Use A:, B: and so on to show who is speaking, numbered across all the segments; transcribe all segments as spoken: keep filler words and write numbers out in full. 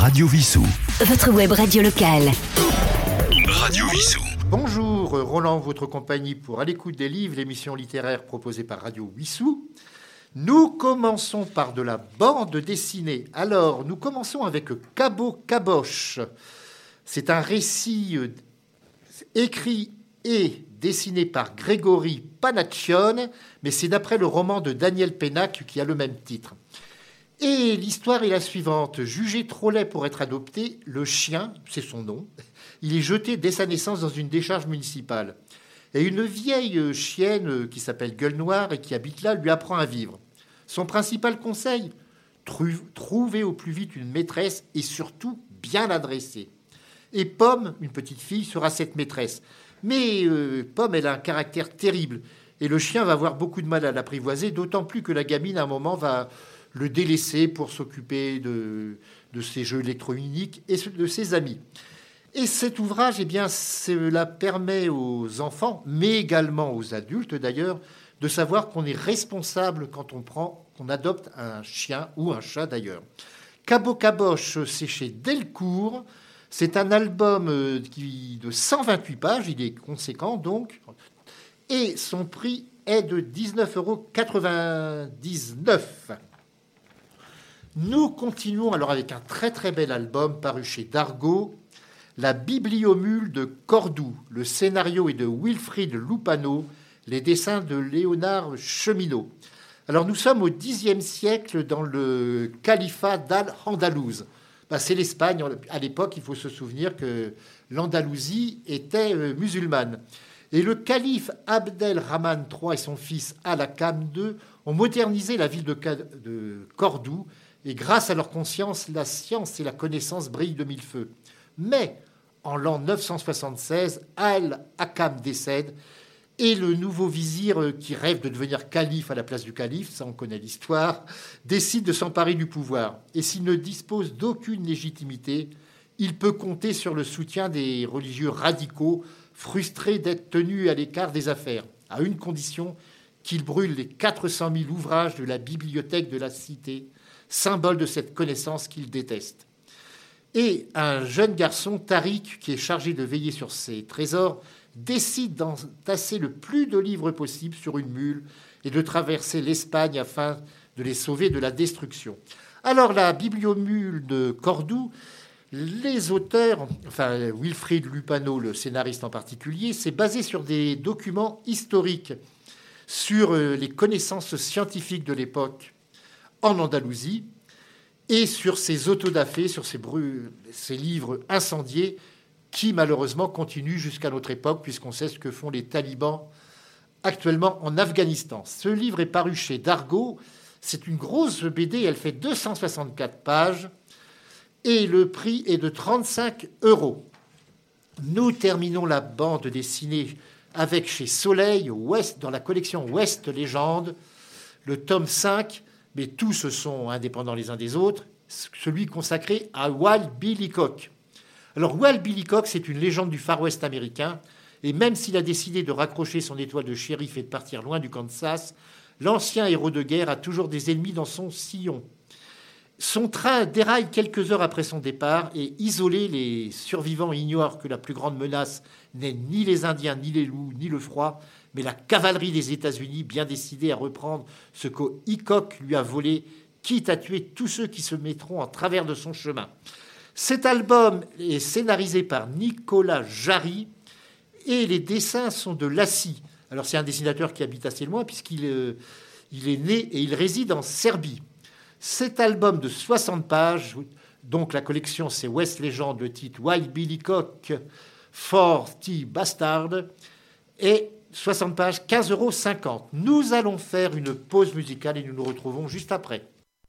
A: Radio Vissou.
B: Votre web radio locale.
A: Radio Vissou.
C: Bonjour, Roland, votre compagnie pour À l'écoute des livres, l'émission littéraire proposée par Radio Vissou. Nous commençons par de la bande dessinée. Alors, nous commençons avec Cabot Caboche. C'est un récit euh, écrit et dessiné par Grégory Panaccione, mais c'est d'après le roman de Daniel Pénac qui a le même titre. Et l'histoire est la suivante. Jugé trop laid pour être adopté, le chien, c'est son nom, il est jeté dès sa naissance dans une décharge municipale. Et une vieille chienne qui s'appelle Gueule Noire et qui habite là lui apprend à vivre. Son principal conseil, trouver au plus vite une maîtresse et surtout bien l'adresser. Et Pomme, une petite fille, sera cette maîtresse. Mais euh, Pomme, elle a un caractère terrible. Et le chien va avoir beaucoup de mal à l'apprivoiser, d'autant plus que la gamine, à un moment, va le délaisser pour s'occuper de, de ses jeux électroniques et de ses amis. Et cet ouvrage, eh bien, cela permet aux enfants, mais également aux adultes d'ailleurs, de savoir qu'on est responsable quand on prend, qu'on adopte un chien ou un chat d'ailleurs. Cabot Caboche, c'est chez Delcourt. C'est un album qui, de cent vingt-huit pages, il est conséquent donc, et son prix est de dix-neuf euros quatre-vingt-dix-neuf. Nous continuons alors avec un très très bel album paru chez Dargaud, La Bibliomule de Cordoue. Le scénario est de Wilfrid Lupano, les dessins de Léonard Cheminot. Alors nous sommes au dixième siècle dans le califat d'Al-Andalouse. Ben, c'est l'Espagne. À l'époque, il faut se souvenir que l'Andalousie était euh, musulmane. Et le calife Abdelrahman trois et son fils Al-Hakam deux ont modernisé la ville de, de Cordoue. Et grâce à leur conscience, la science et la connaissance brillent de mille feux. Mais en l'an neuf cent soixante-seize, Al-Hakam décède et le nouveau vizir qui rêve de devenir calife à la place du calife, ça on connaît l'histoire, décide de s'emparer du pouvoir. Et s'il ne dispose d'aucune légitimité, il peut compter sur le soutien des religieux radicaux, frustrés d'être tenus à l'écart des affaires, à une condition, qu'il brûle les quatre cent mille ouvrages de la bibliothèque de la cité, symbole de cette connaissance qu'il déteste. Et un jeune garçon, Tariq, qui est chargé de veiller sur ses trésors, décide d'entasser le plus de livres possible sur une mule et de traverser l'Espagne afin de les sauver de la destruction. Alors, la bibliomule de Cordoue, les auteurs, enfin Wilfrid Lupano, le scénariste en particulier, s'est basé sur des documents historiques sur les connaissances scientifiques de l'époque en Andalousie et sur ces autodafés, sur ces, bru- ces livres incendiés qui, malheureusement, continuent jusqu'à notre époque, puisqu'on sait ce que font les talibans actuellement en Afghanistan. Ce livre est paru chez Dargaud. C'est une grosse B D, elle fait deux cent soixante-quatre pages, et le prix est de trente-cinq euros. Nous terminons la bande dessinée avec chez Soleil, Ouest, dans la collection Ouest Légende, le tome cinq, mais tous sont indépendants les uns des autres, celui consacré à Wild Bill Hickok. Alors, Wild Bill Hickok, c'est une légende du Far West américain, et même s'il a décidé de raccrocher son étoile de shérif et de partir loin du Kansas, l'ancien héros de guerre a toujours des ennemis dans son sillon. Son train déraille quelques heures après son départ, et isolés, les survivants ignorent que la plus grande menace n'est ni les Indiens, ni les loups, ni le froid, mais la cavalerie des États-Unis, bien décidée à reprendre ce que Hickok lui a volé, quitte à tuer tous ceux qui se mettront en travers de son chemin. Cet album est scénarisé par Nicolas Jarry et les dessins sont de Lassi. Alors c'est un dessinateur qui habite assez loin puisqu'il euh, il est né et il réside en Serbie. Cet album de soixante pages, donc la collection c'est West Legend, le titre Wild Bill Hickok, quarante Bastard, et soixante pages, quinze euros cinquante. Nous allons faire une pause musicale et nous nous retrouvons juste après.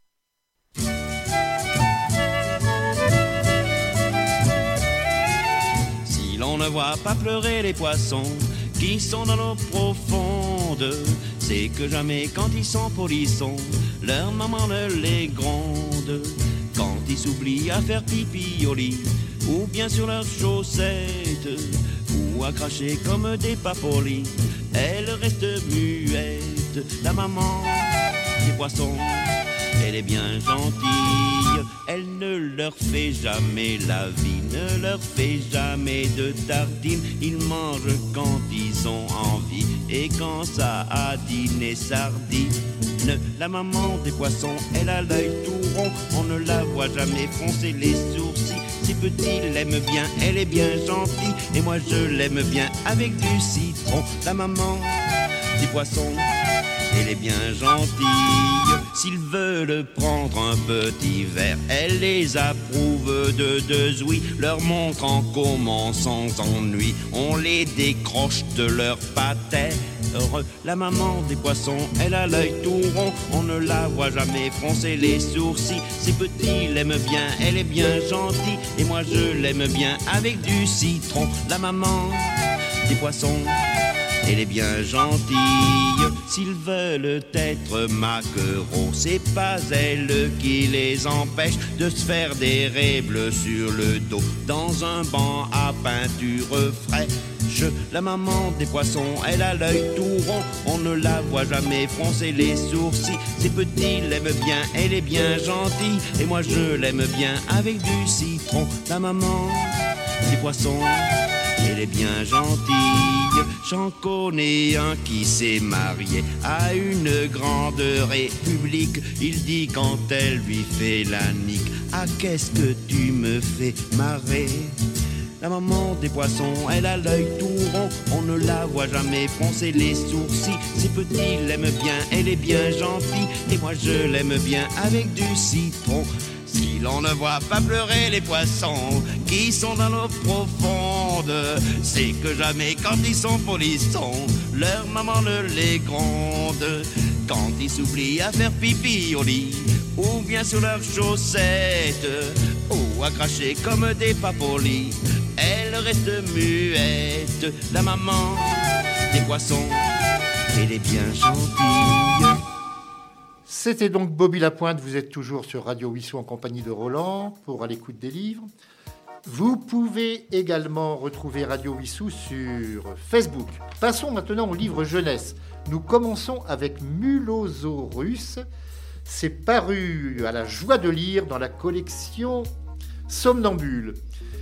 D: Si l'on ne voit pas pleurer les poissons qui sont dans l'eau profonde, c'est que jamais quand ils sont polissons, leur maman ne les gronde. Quand ils s'oublient à faire pipi au lit, ou bien sur leurs chaussettes, ou à cracher comme des papolis, elle reste muette. La maman des poissons, elle est bien gentille. Elle ne leur fait jamais la vie, ne leur fait jamais de tartines. Ils mangent quand ils ont envie et quand ça a dîné sardine. La maman des poissons, elle a l'œil tout rond, on ne la voit jamais froncer les sourcils. Si petit l'aime bien, elle est bien gentille, et moi je l'aime bien avec du citron. La maman des poissons, elle est bien gentille. S'ils veulent prendre un petit verre, elle les approuve de deux ouïes, leur montrant comment sans ennui on les décroche de leur patère. La maman des poissons, elle a l'œil tout rond, on ne la voit jamais froncer les sourcils. Si petit l'aime bien, elle est bien gentille, et moi je l'aime bien avec du citron. La maman des poissons, elle est bien gentille. S'ils veulent être maquereaux, c'est pas elle qui les empêche de se faire des raies bleues sur le dos dans un banc à peinture fraîche. La maman des poissons, elle a l'œil tout rond, on ne la voit jamais froncer les sourcils. C'est petit, l'aime bien, elle est bien gentille, et moi je l'aime bien avec du citron. La maman des poissons, elle est bien gentille. J'en connais un qui s'est marié à une grande république. Il dit quand elle lui fait la nique: ah, qu'est-ce que tu me fais marrer. La maman des poissons, elle a l'œil tout rond, on ne la voit jamais froncer les sourcils. C'est petit, l'aime bien, elle est bien gentille, et moi je l'aime bien avec du citron. Si l'on ne voit pas pleurer les poissons qui sont dans l'eau profonde, c'est que jamais quand ils sont polissons, leur maman ne les gronde. Quand ils s'oublient à faire pipi au lit, ou bien sur leurs chaussettes, ou à cracher comme des papolis, elle reste muette. La maman des poissons, elle est bien gentille.
C: C'était donc Bobby Lapointe, vous êtes toujours sur Radio Wissou en compagnie de Roland pour À l'écoute des livres. Vous pouvez également retrouver Radio Wissou sur Facebook. Passons maintenant au livre jeunesse. Nous commençons avec Mulosaurus. C'est paru à la joie de lire dans la collection Somnambule.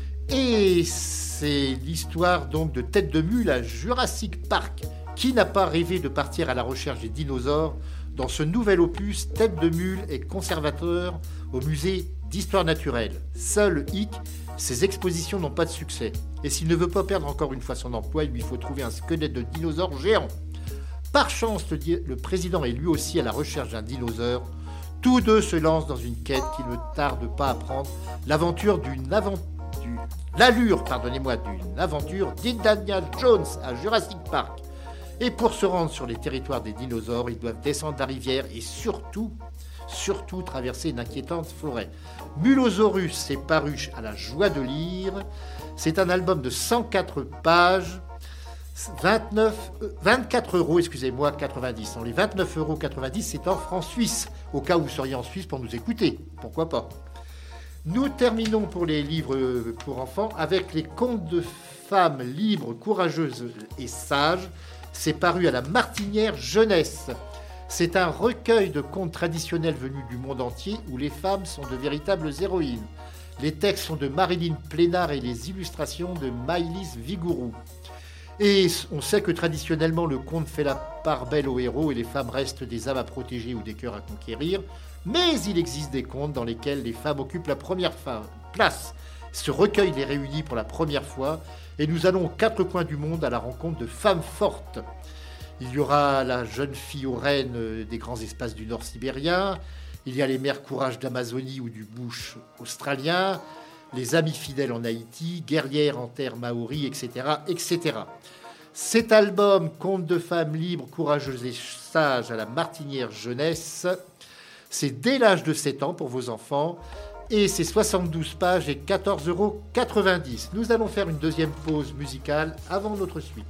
C: Et c'est l'histoire donc de Tête de Mule à Jurassic Park. Qui n'a pas rêvé de partir à la recherche des dinosaures? Dans ce nouvel opus, Tête de Mule est conservateur au musée d'histoire naturelle. Seul le hic, ses expositions n'ont pas de succès. Et s'il ne veut pas perdre encore une fois son emploi, il lui faut trouver un squelette de dinosaure géant. Par chance, le, le président est lui aussi à la recherche d'un dinosaure. Tous deux se lancent dans une quête qui ne tarde pas à prendre l'aventure d'une aventure. L'allure, pardonnez-moi, d'une aventure d'Indiana Jones à Jurassic Park. Et pour se rendre sur les territoires des dinosaures, ils doivent descendre la rivière et surtout, surtout traverser une inquiétante forêt. Mulosaurus, c'est paru à la joie de lire. C'est un album de cent quatre pages, vingt-neuf, vingt-quatre euros, excusez-moi, quatre-vingt-dix. Dans les vingt-neuf euros quatre-vingt-dix, c'est en francs suisses, au cas où vous seriez en Suisse pour nous écouter. Pourquoi pas? Nous terminons pour les livres pour enfants avec les contes de femmes libres, courageuses et sages. C'est paru à la Martinière Jeunesse. C'est un recueil de contes traditionnels venus du monde entier où les femmes sont de véritables héroïnes. Les textes sont de Marilyn Plénard et les illustrations de Maïlis Vigourou. Et on sait que traditionnellement le conte fait la part belle aux héros et les femmes restent des âmes à protéger ou des cœurs à conquérir. Mais il existe des contes dans lesquels les femmes occupent la première place. Ce recueil les réunit pour la première fois et nous allons aux quatre coins du monde à la rencontre de femmes fortes. Il y aura la jeune fille aux rênes des grands espaces du Nord sibérien, il y a les mères courage d'Amazonie ou du bush australien, les amies fidèles en Haïti, guerrières en terre maori, et cetera, et cetera. Cet album, Contes de femmes libres, courageuses et sages à la Martinière Jeunesse, c'est dès l'âge de sept ans pour vos enfants et c'est soixante-douze pages et quatorze euros quatre-vingt-dix. Nous allons faire une deuxième pause musicale avant notre suite.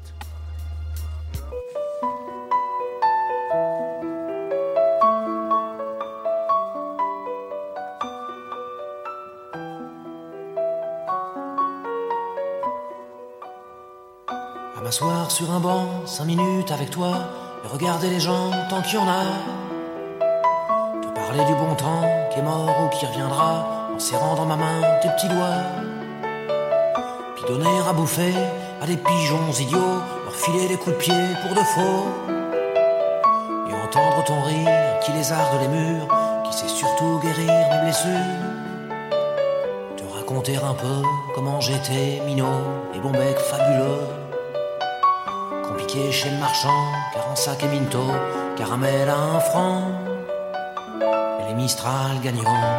E: À m'asseoir sur un banc, cinq minutes avec toi, et regarder les gens tant qu'il y en a. parler du bon temps qui est mort ou qui reviendra, en serrant dans ma main tes petits doigts. Puis donner à bouffer à des pigeons idiots, leur filer des coups de pied pour de faux. Et entendre ton rire qui lézarde les murs, qui sait surtout guérir mes blessures. Te raconter un peu comment j'étais minot et bon bec fabuleux. Compliqué chez le marchand, car en sac et minto, caramel à un franc. Et les Mistral gagnants.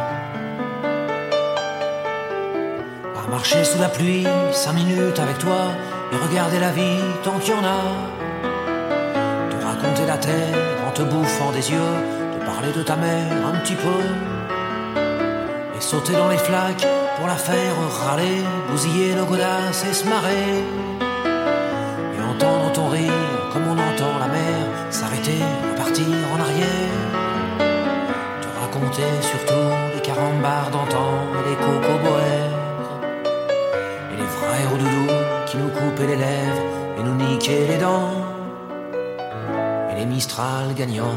E: À marcher sous la pluie, cinq minutes avec toi, et regarder la vie tant qu'il y en a. Te raconter la terre en te bouffant des yeux, te parler de ta mère un petit peu. Et sauter dans les flaques pour la faire râler, bousiller nos godasses et se marrer. Et entendre ton rire comme on entend la mer s'arrêter, repartir en arrière. Te raconter surtout les carambars d'antan et les cocoboères. Et les frères au doudou qui nous coupaient les lèvres et nous niquaient les dents. Et les Mistral gagnants.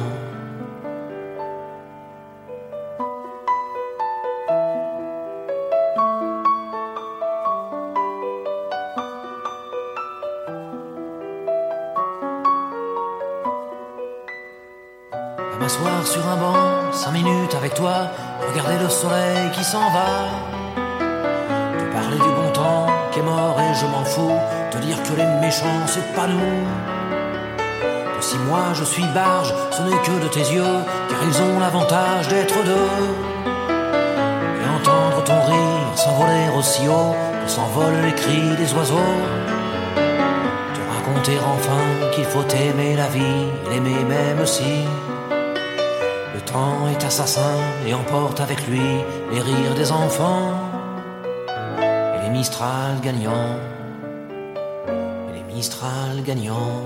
E: À m'asseoir sur un banc, cinq minutes avec toi, regarder le soleil qui s'en va. Parler du bon temps qui est mort et je m'en fous, te dire que les méchants c'est pas nous. Que si moi je suis barge, ce n'est que de tes yeux, car ils ont l'avantage d'être deux. Et entendre ton rire s'envoler aussi haut que s'envolent les cris des oiseaux. Te raconter enfin qu'il faut aimer la vie, et l'aimer même si le temps est assassin et emporte avec lui les rires des enfants. Les Mistral gagnants, les Mistral gagnants.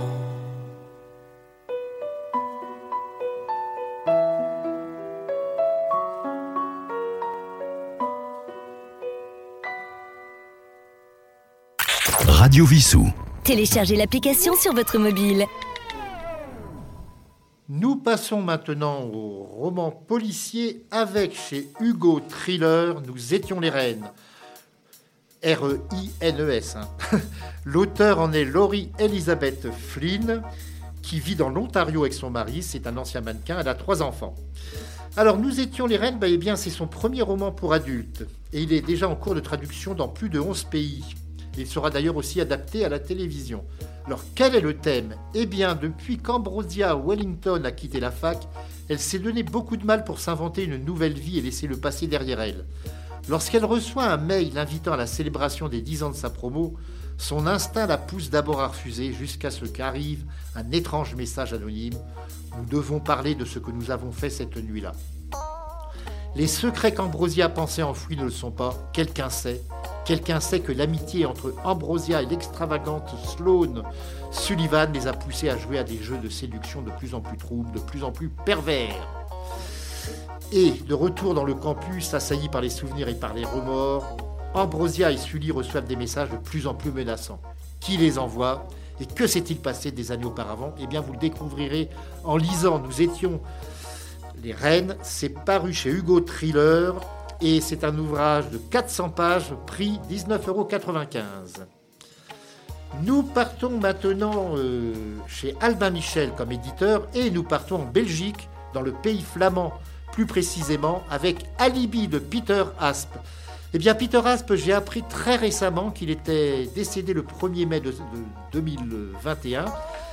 A: Radio Vissou.
B: Téléchargez l'application sur votre mobile.
C: Nous passons maintenant au roman policier avec chez Hugo Thriller, Nous étions les reines. R E I N E S. Hein. L'auteur en est Laurie Elizabeth Flynn, qui vit dans l'Ontario avec son mari. C'est un ancien mannequin. Elle a trois enfants. Alors, Nous étions les reines, bah, eh bien, c'est son premier roman pour adultes. Et il est déjà en cours de traduction dans plus de onze pays. Il sera d'ailleurs aussi adapté à la télévision. Alors, quel est le thème ? Eh bien, depuis qu'Ambrosia Wellington a quitté la fac, elle s'est donné beaucoup de mal pour s'inventer une nouvelle vie et laisser le passé derrière elle. Lorsqu'elle reçoit un mail l'invitant à la célébration des dix ans de sa promo, son instinct la pousse d'abord à refuser jusqu'à ce qu'arrive un étrange message anonyme. Nous devons parler de ce que nous avons fait cette nuit-là. Les secrets qu'Ambrosia pensait enfouis ne le sont pas. Quelqu'un sait. Quelqu'un sait que l'amitié entre Ambrosia et l'extravagante Sloane Sullivan les a poussés à jouer à des jeux de séduction de plus en plus troubles, de plus en plus pervers. Et de retour dans le campus, assaillis par les souvenirs et par les remords, Ambrosia et Sully reçoivent des messages de plus en plus menaçants. Qui les envoie ? Et que s'est-il passé des années auparavant ? Eh bien, vous le découvrirez en lisant Nous étions les reines. C'est paru chez Hugo Thriller et c'est un ouvrage de quatre cents pages, prix dix-neuf euros quatre-vingt-quinze. Nous partons maintenant euh, chez Albin Michel comme éditeur et nous partons en Belgique, dans le pays flamand, plus précisément avec Alibi de Peter Asp. Eh bien, Peter Asp, j'ai appris très récemment qu'il était décédé le premier mai de, de deux mille vingt et un.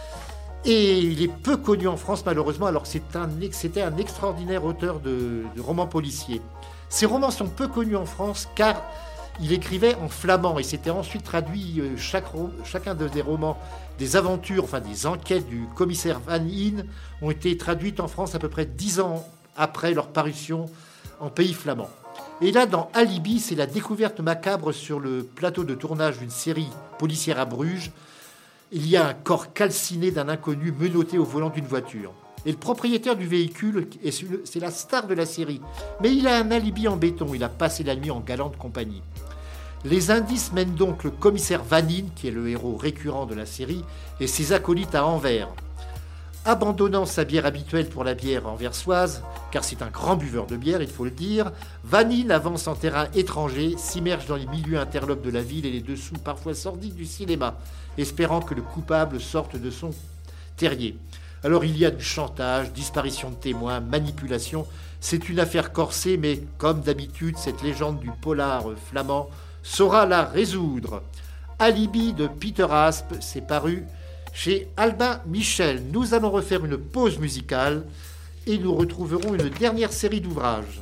C: Et il est peu connu en France, malheureusement, alors que c'est un, c'était un extraordinaire auteur de, de romans policiers. Ces romans sont peu connus en France car il écrivait en flamand et c'était ensuite traduit, euh, chaque, chacun de des romans, des aventures, enfin des enquêtes du commissaire Van Heen ont été traduites en France à peu près dix ans après leur parution en pays flamand. Et là, dans Alibi, c'est la découverte macabre sur le plateau de tournage d'une série policière à Bruges. Il y a un corps calciné d'un inconnu menotté au volant d'une voiture. Et le propriétaire du véhicule, c'est la star de la série. Mais il a un alibi en béton, il a passé la nuit en galante compagnie. Les indices mènent donc le commissaire Van Heen, qui est le héros récurrent de la série, et ses acolytes à Anvers. Abandonnant sa bière habituelle pour la bière anversoise, car c'est un grand buveur de bière, il faut le dire, Vanille avance en terrain étranger, s'immerge dans les milieux interlopes de la ville et les dessous parfois sordides du cinéma, espérant que le coupable sorte de son terrier. Alors il y a du chantage, disparition de témoins, manipulation. C'est une affaire corsée, mais comme d'habitude, cette légende du polar flamand saura la résoudre. Alibi de Peter Asp, c'est paru chez Albin Michel. Nous allons refaire une pause musicale et nous retrouverons une dernière série d'ouvrages.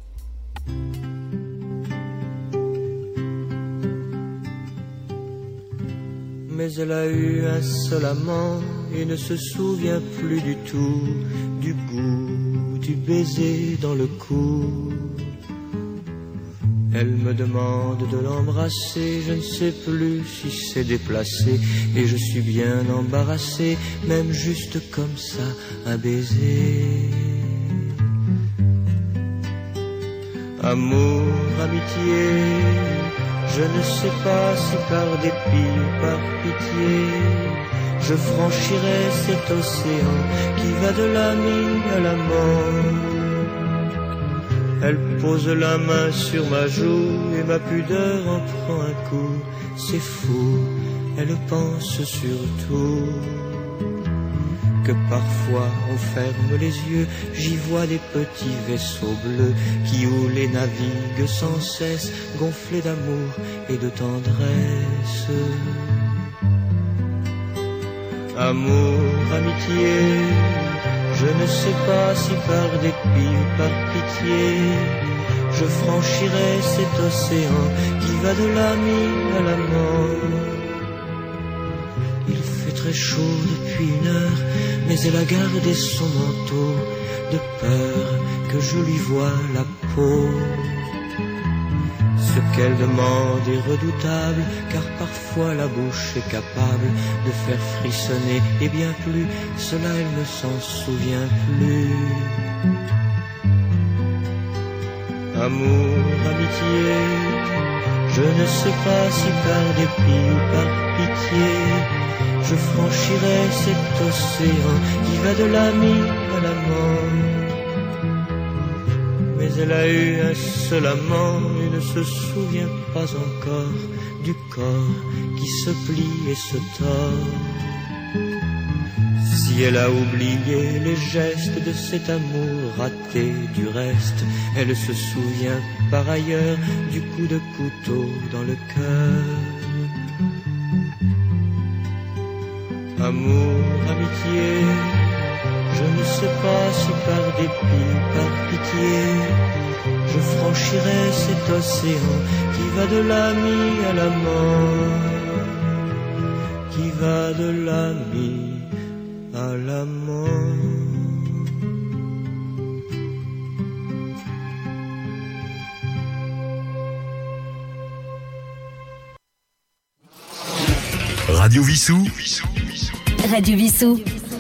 F: Mais elle a eu un seul amant et ne se souvient plus du tout du goût du baiser dans le cou. Elle me demande de l'embrasser, je ne sais plus si c'est déplacé et je suis bien embarrassé, même juste comme ça, un baiser. Amour, amitié, je ne sais pas si par dépit ou par pitié, je franchirai cet océan qui va de l'ami à la mort. Elle pose la main sur ma joue et ma pudeur en prend un coup. C'est fou, elle pense surtout que parfois on ferme les yeux, j'y vois des petits vaisseaux bleus qui houlent et naviguent sans cesse, gonflés d'amour et de tendresse. Amour, amitié, je ne sais pas si par dépit ou par pitié, je franchirai cet océan qui va de l'ami à la mort. Il fait très chaud depuis une heure, mais elle a gardé son manteau, de peur que je lui voie la peau. Ce qu'elle demande est redoutable, car parfois la bouche est capable de faire frissonner, et bien plus, cela elle ne s'en souvient plus. Amour, amitié, je ne sais pas si par dépit ou par pitié, je franchirai cet océan qui va de l'ami à la mort. Mais elle a eu un seul amant et ne se souvient pas encore du corps qui se plie et se tord. Si elle a oublié les gestes de cet amour raté du reste, elle se souvient par ailleurs du coup de couteau dans le cœur. Amour, amitié, je ne sais pas si par dépit ou par pitié, je franchirai cet océan qui va de l'ami à la mort, qui va de l'ami à la mort.
A: Radio Vissou.
B: Radio Vissou.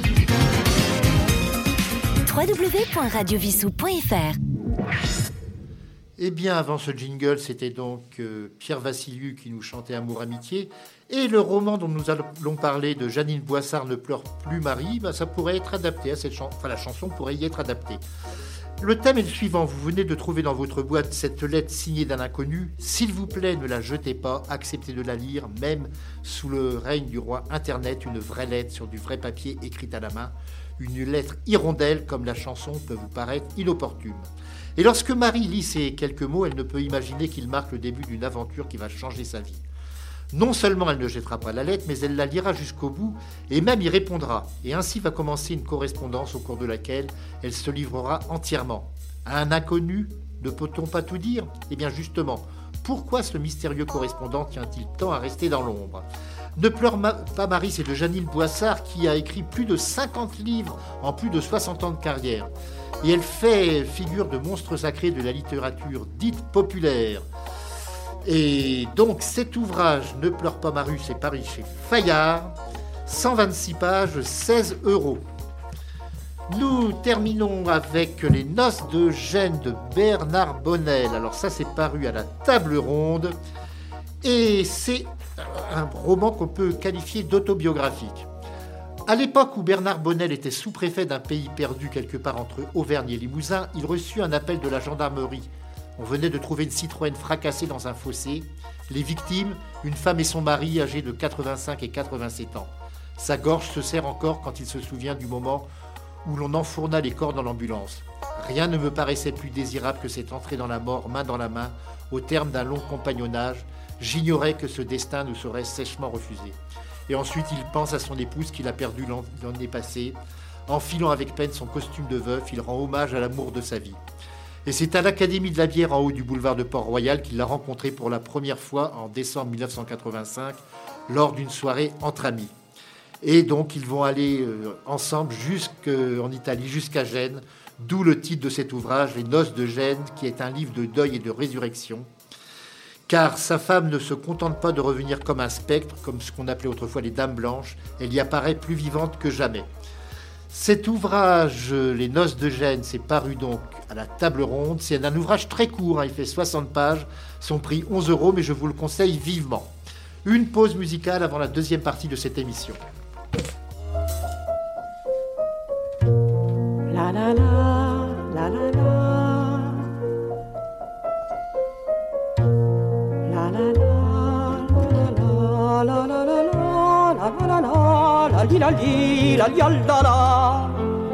B: w w w point radio vissou point f r.
C: Eh bien, avant ce jingle, c'était donc euh, Pierre Vassiliou qui nous chantait Amour, Amitié. Et le roman dont nous allons parler de Jeannine Boissard, Ne pleure plus Marie, ben, ça pourrait être adapté à cette chanson. Enfin, la chanson pourrait y être adaptée. Le thème est le suivant. Vous venez de trouver dans votre boîte cette lettre signée d'un inconnu. S'il vous plaît, ne la jetez pas. Acceptez de la lire, même sous le règne du roi Internet. Une vraie lettre sur du vrai papier écrite à la main. Une lettre hirondelle, comme la chanson peut vous paraître inopportune. Et lorsque Marie lit ces quelques mots, elle ne peut imaginer qu'ils marquent le début d'une aventure qui va changer sa vie. Non seulement elle ne jettera pas la lettre, mais elle la lira jusqu'au bout et même y répondra. Et ainsi va commencer une correspondance au cours de laquelle elle se livrera entièrement. À un inconnu, ne peut-on pas tout dire ? Eh bien justement, pourquoi ce mystérieux correspondant tient-il tant à rester dans l'ombre ? Ne pleure ma- pas Marie, c'est de Jeannine Boissard qui a écrit plus de cinquante livres en plus de soixante ans de carrière. Et elle fait figure de monstre sacré de la littérature dite populaire. Et donc cet ouvrage, Ne pleure pas Marie, c'est paru chez Fayard, cent vingt-six pages, seize euros. Nous terminons avec Les Noces de Gênes de Bernard Bonnel. Alors ça, c'est paru à la Table Ronde. Et c'est un roman qu'on peut qualifier d'autobiographique. À l'époque où Bernard Bonnel était sous-préfet d'un pays perdu quelque part entre Auvergne et Limousin, il reçut un appel de la gendarmerie. On venait de trouver une Citroën fracassée dans un fossé. Les victimes, une femme et son mari âgés de quatre-vingt-cinq et quatre-vingt-sept ans. Sa gorge se serre encore quand il se souvient du moment où l'on enfourna les corps dans l'ambulance. Rien ne me paraissait plus désirable que cette entrée dans la mort, main dans la main, au terme d'un long compagnonnage. J'ignorais que ce destin nous serait sèchement refusé. Et ensuite, il pense à son épouse qu'il a perdue l'année passée. Enfilant avec peine son costume de veuf, il rend hommage à l'amour de sa vie. Et c'est à l'Académie de la Bière en haut du boulevard de Port-Royal qu'il l'a rencontrée pour la première fois en décembre mille neuf cent quatre-vingt-cinq, lors d'une soirée entre amis. Et donc, ils vont aller euh, ensemble jusqu'en Italie, jusqu'à Gênes, d'où le titre de cet ouvrage, Les Noces de Gênes, qui est un livre de deuil et de résurrection. Car sa femme ne se contente pas de revenir comme un spectre, comme ce qu'on appelait autrefois les dames blanches, elle y apparaît plus vivante que jamais. Cet ouvrage, Les Noces de Gênes, c'est paru donc à la Table Ronde. C'est un ouvrage très court, hein, il fait soixante pages, son prix onze euros, mais je vous le conseille vivement. Une pause musicale avant la deuxième partie de cette émission.
G: La la la, la la la. La la la, la la la, la la la, la la la, la li la li, la li la la.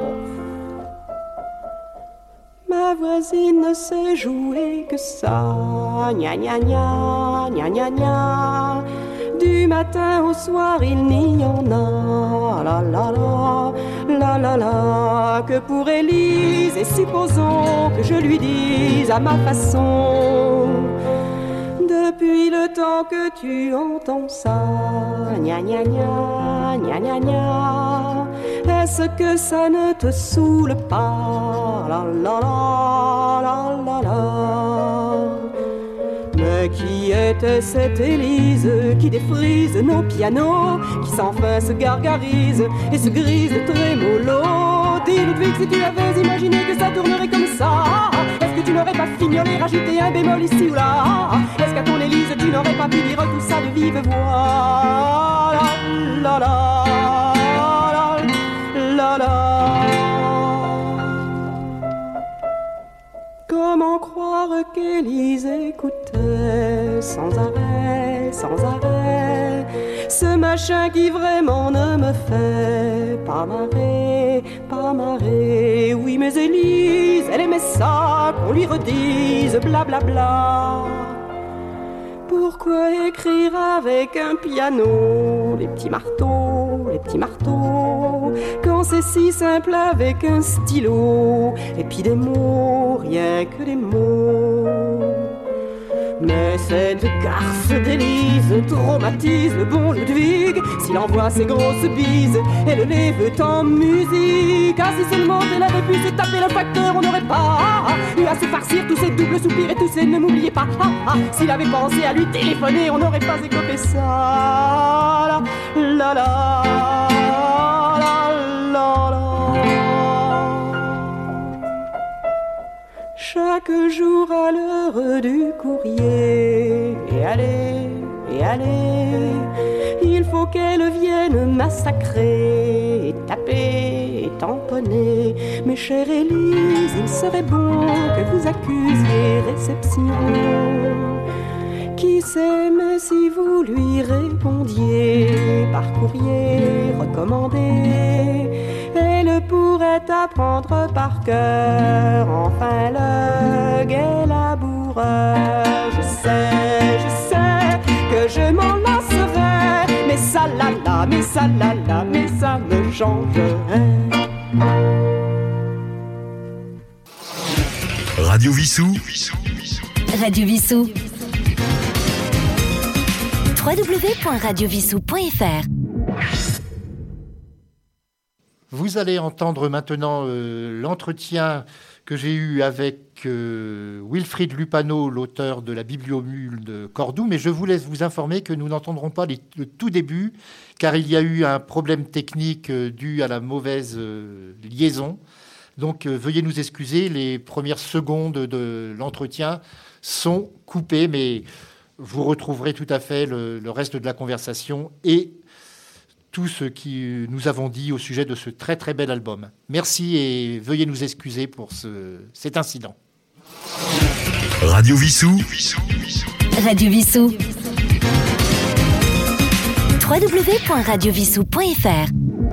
G: Ma voisine ne sait jouer que ça, gna gna gna, gna gna gna. Du matin au soir il n'y en a, la la la, la la la. Que pour Élise, et supposons que je lui dise à ma façon, depuis le temps que tu entends ça, gna gna gna, gna gna gna, est-ce que ça ne te saoule pas, la la la, la la la. Mais qui était cette Élise qui défrise nos pianos, qui sans fin se gargarise et se grise de trémolo? Dis Ludwig, si tu avais imaginé que ça tournerait comme ça, est-ce que tu n'aurais pas fignolé, rajouté un bémol ici ou là? Est-ce qu'à ton Élise tu n'aurais pas pu dire tout ça de vive voix? La la la, la la la. Comment croire qu'Élise écoutait sans arrêt, sans arrêt, ce machin qui vraiment ne me fait pas marrer, pas marrer. Oui mais Élise, elle aimait ça, qu'on lui redise blablabla. Bla bla. Pourquoi écrire avec un piano les petits marteaux, les petits marteaux, quand c'est si simple avec un stylo, et puis des mots, rien que des mots. Mais cette garce d'Élise traumatise le bon Ludwig. S'il envoie ses grosses bises, elle les veut en musique. Ah, si seulement elle avait pu se taper le facteur, on n'aurait pas eu à se farcir tous ces doubles soupirs et tous ces ne m'oubliez pas. Ah, ah, s'il avait pensé à lui téléphoner, on n'aurait pas écopé ça. La la la, la la la. Chaque jour à l'heure du courrier, et allez, et allez, il faut qu'elle vienne massacrer, et taper, et tamponner. Mais chère Élise, il serait bon que vous accusiez réception. Qui sait, mais si vous lui répondiez par courrier recommandé, elle pourrait apprendre par cœur enfin le gai laboureur. Je sais, je sais que je m'en lasserais, mais ça la la, mais ça la la, mais ça me changerait.
A: Radio Vissou.
B: Radio Vissou. w w w point radio vissou point f r.
C: Vous allez entendre maintenant euh, l'entretien que j'ai eu avec euh, Wilfried Lupano, l'auteur de la Bibliomule de Cordoue, mais je vous laisse vous informer que nous n'entendrons pas les, le tout début, car il y a eu un problème technique euh, dû à la mauvaise euh, liaison. Donc euh, veuillez nous excuser, les premières secondes de l'entretien sont coupées, mais vous retrouverez tout à fait le, le reste de la conversation et tout ce que nous avons dit au sujet de ce très très bel album. Merci et veuillez nous excuser pour ce, cet incident.
A: Radio Vissou.
B: Radio Vissou. w w w point radio vissou point f r.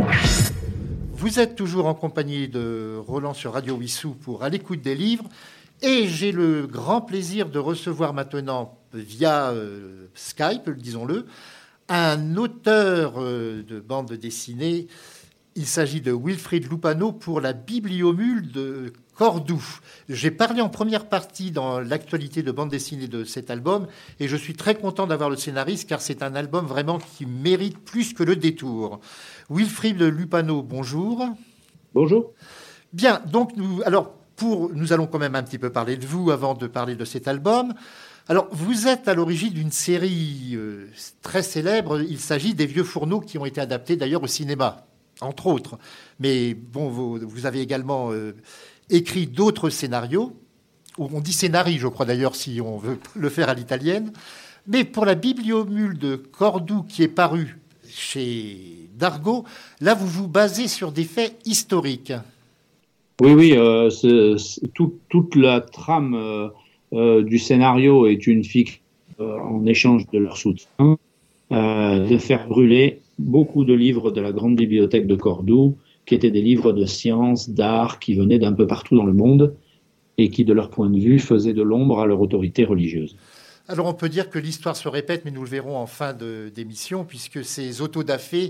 C: Vous êtes toujours en compagnie de Roland sur Radio Vissou pour À l'écoute des livres. Et j'ai le grand plaisir de recevoir maintenant, via euh, Skype, disons-le, un auteur euh, de bande dessinée. Il s'agit de Wilfried Lupano pour la Bibliomule de Cordoue. J'ai parlé en première partie dans l'actualité de bande dessinée de cet album et je suis très content d'avoir le scénariste car c'est un album vraiment qui mérite plus que le détour. Wilfried Lupano, bonjour.
H: Bonjour.
C: Bien, donc nous, alors pour, nous allons quand même un petit peu parler de vous avant de parler de cet album. Alors, vous êtes à l'origine d'une série euh, très célèbre. Il s'agit des Vieux Fourneaux qui ont été adaptés d'ailleurs au cinéma, entre autres. Mais bon, vous, vous avez également euh, écrit d'autres scénarios. On dit scénarii, je crois d'ailleurs, si on veut le faire à l'italienne. Mais pour la Bibliomule de Cordoue qui est parue chez Dargaud, là, vous vous basez sur des faits historiques.
H: Oui, oui, euh, c'est, c'est tout, toute la trame euh, euh, du scénario est une fiction euh, en échange de leur soutien, euh, de faire brûler beaucoup de livres de la grande bibliothèque de Cordoue, qui étaient des livres de sciences, d'art, qui venaient d'un peu partout dans le monde et qui, de leur point de vue, faisaient de l'ombre à leur autorité religieuse.
C: Alors on peut dire que l'histoire se répète, mais nous le verrons en fin de, d'émission, puisque ces autodafés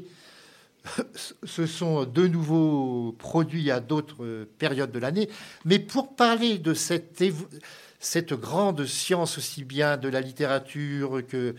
C: se sont de nouveau produits à d'autres périodes de l'année. Mais pour parler de cette, évo- cette grande science, aussi bien de la littérature que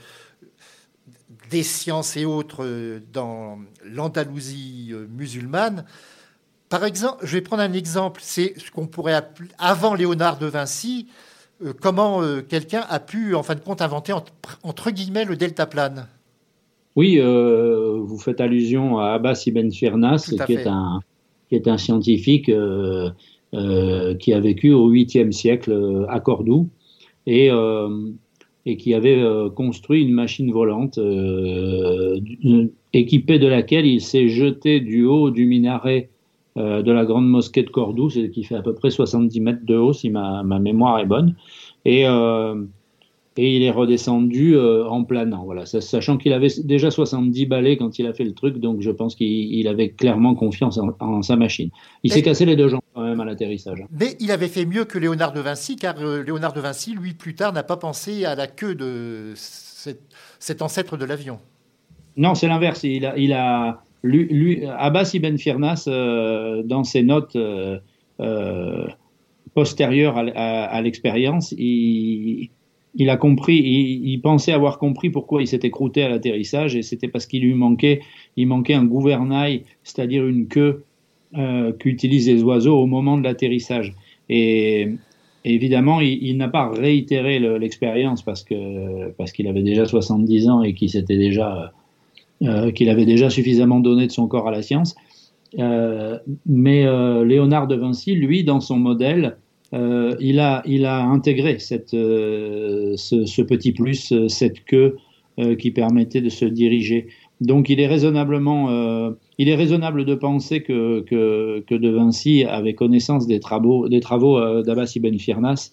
C: des sciences et autres dans l'Andalousie musulmane, par exemple, je vais prendre un exemple, c'est ce qu'on pourrait appeler, avant Léonard de Vinci, euh, comment euh, quelqu'un a pu, en fin de compte, inventer, entre, entre guillemets, le deltaplane.
H: Oui, euh, vous faites allusion à Abbas Ibn Firnas, qui est, un, qui est un scientifique euh, euh, qui a vécu au huitième siècle à Cordoue et, euh, et qui avait euh, construit une machine volante euh, équipée de laquelle il s'est jeté du haut du minaret euh, de la grande mosquée de Cordoue, qui fait à peu près soixante-dix mètres de haut, si ma, ma mémoire est bonne. Et... Euh, Et il est redescendu euh, en planant, voilà, sachant qu'il avait déjà soixante-dix balais quand il a fait le truc, donc je pense qu'il il avait clairement confiance en, en sa machine. Il Et s'est cassé les deux jambes quand même à l'atterrissage.
C: Mais il avait fait mieux que Léonard de Vinci, car euh, Léonard de Vinci, lui, plus tard, n'a pas pensé à la queue de cet, cet ancêtre de l'avion.
H: Non, c'est l'inverse. Il a, il a, lui, lui, Abbas Ibn Firnas, euh, dans ses notes euh, euh, postérieures à, à, à l'expérience, il... Il a compris, il, il pensait avoir compris pourquoi il s'était croûté à l'atterrissage, et c'était parce qu'il lui manquait, il manquait un gouvernail, c'est-à-dire une queue euh, qu'utilisent les oiseaux au moment de l'atterrissage. Et, et évidemment, il, il n'a pas réitéré le, l'expérience parce que parce qu'il avait déjà soixante-dix ans et qu'il s'était déjà euh, qu'il avait déjà suffisamment donné de son corps à la science. Euh, mais euh, Léonard de Vinci, lui, dans son modèle, Euh, il a, il a intégré cette, euh, ce, ce petit plus, cette queue euh, qui permettait de se diriger. Donc, il est raisonnablement, euh, il est raisonnable de penser que, que, que de Vinci avait connaissance des travaux, des travaux euh, d'Abbas Ibn Firnas,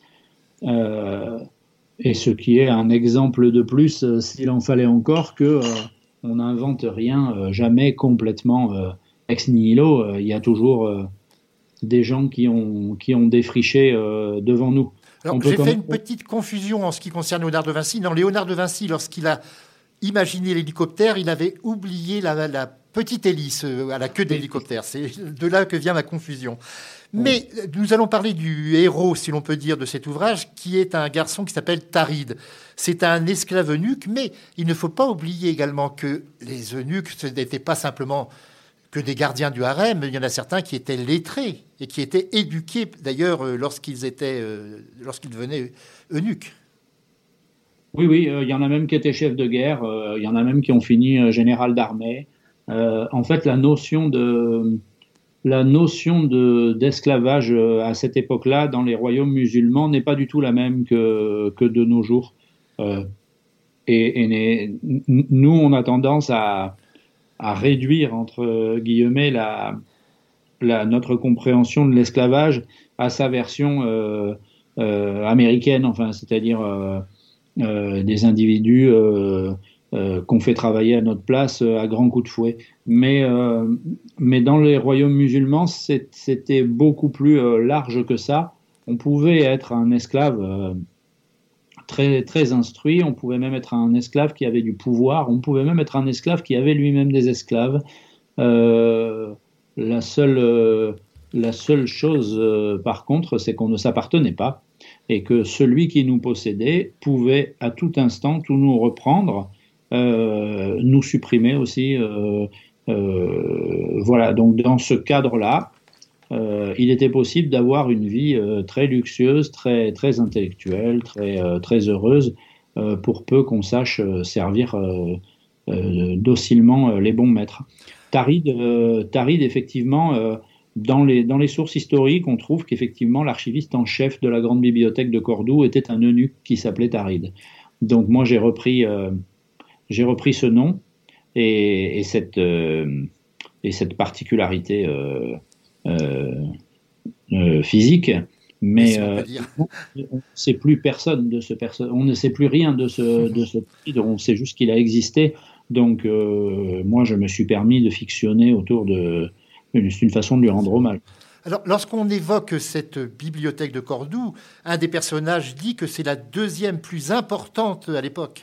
H: euh, et ce qui est un exemple de plus, euh, s'il en fallait encore, que euh, on n'invente rien euh, jamais complètement euh, ex nihilo. Euh, il y a toujours euh, des gens qui ont, qui ont défriché euh, devant nous.
C: Alors, j'ai fait une petite confusion en ce qui concerne Léonard de Vinci. Non, Léonard de Vinci, lorsqu'il a imaginé l'hélicoptère, il avait oublié la, la petite hélice à la queue de l'hélicoptère. C'est de là que vient ma confusion. Mais nous allons parler du héros, si l'on peut dire, de cet ouvrage, qui est un garçon qui s'appelle Tarid. C'est un esclave eunuque, mais il ne faut pas oublier également que les eunuques, ce n'étaient pas simplement que des gardiens du harem, il y en a certains qui étaient lettrés et qui étaient éduqués, d'ailleurs, lorsqu'ils étaient, lorsqu'ils devenaient eunuques.
H: Oui, oui, il euh, y en a même qui étaient chefs de guerre, il euh, y en a même qui ont fini euh, général d'armée. Euh, en fait, la notion de la notion de d'esclavage euh, à cette époque-là, dans les royaumes musulmans, n'est pas du tout la même que que de nos jours. Euh, et, et nous, on a tendance à à réduire, entre guillemets, la, la, notre compréhension de l'esclavage à sa version euh, euh, américaine, enfin, c'est-à-dire euh, euh, des individus euh, euh, qu'on fait travailler à notre place euh, à grands coups de fouet. Mais, euh, mais dans les royaumes musulmans, c'est, c'était beaucoup plus euh, large que ça. On pouvait être un esclave euh, très, très instruit, on pouvait même être un esclave qui avait du pouvoir, on pouvait même être un esclave qui avait lui-même des esclaves. Euh, la, seule, euh, la seule chose, euh, par contre, c'est qu'on ne s'appartenait pas et que celui qui nous possédait pouvait à tout instant tout nous reprendre, euh, nous supprimer aussi. Euh, euh, voilà, donc dans ce cadre-là, Euh, il était possible d'avoir une vie euh, très luxueuse, très, très intellectuelle, très, euh, très heureuse, euh, pour peu qu'on sache euh, servir euh, euh, docilement euh, les bons maîtres. Tarid, euh, Tarid effectivement, euh, dans, les, dans les sources historiques, on trouve qu'effectivement l'archiviste en chef de la grande bibliothèque de Cordoue était un eunuque qui s'appelait Tarid. Donc moi j'ai repris, euh, j'ai repris ce nom et, et, cette, euh, et cette particularité euh, Euh, euh, physique, mais euh, on ne sait plus personne de ce perso- on ne sait plus rien de ce de ce prix, on sait juste qu'il a existé. Donc euh, moi je me suis permis de fictionner autour de une, une façon de lui rendre hommage.
C: Alors, lorsqu'on évoque cette bibliothèque de Cordoue, un des personnages dit que c'est la deuxième plus importante à l'époque.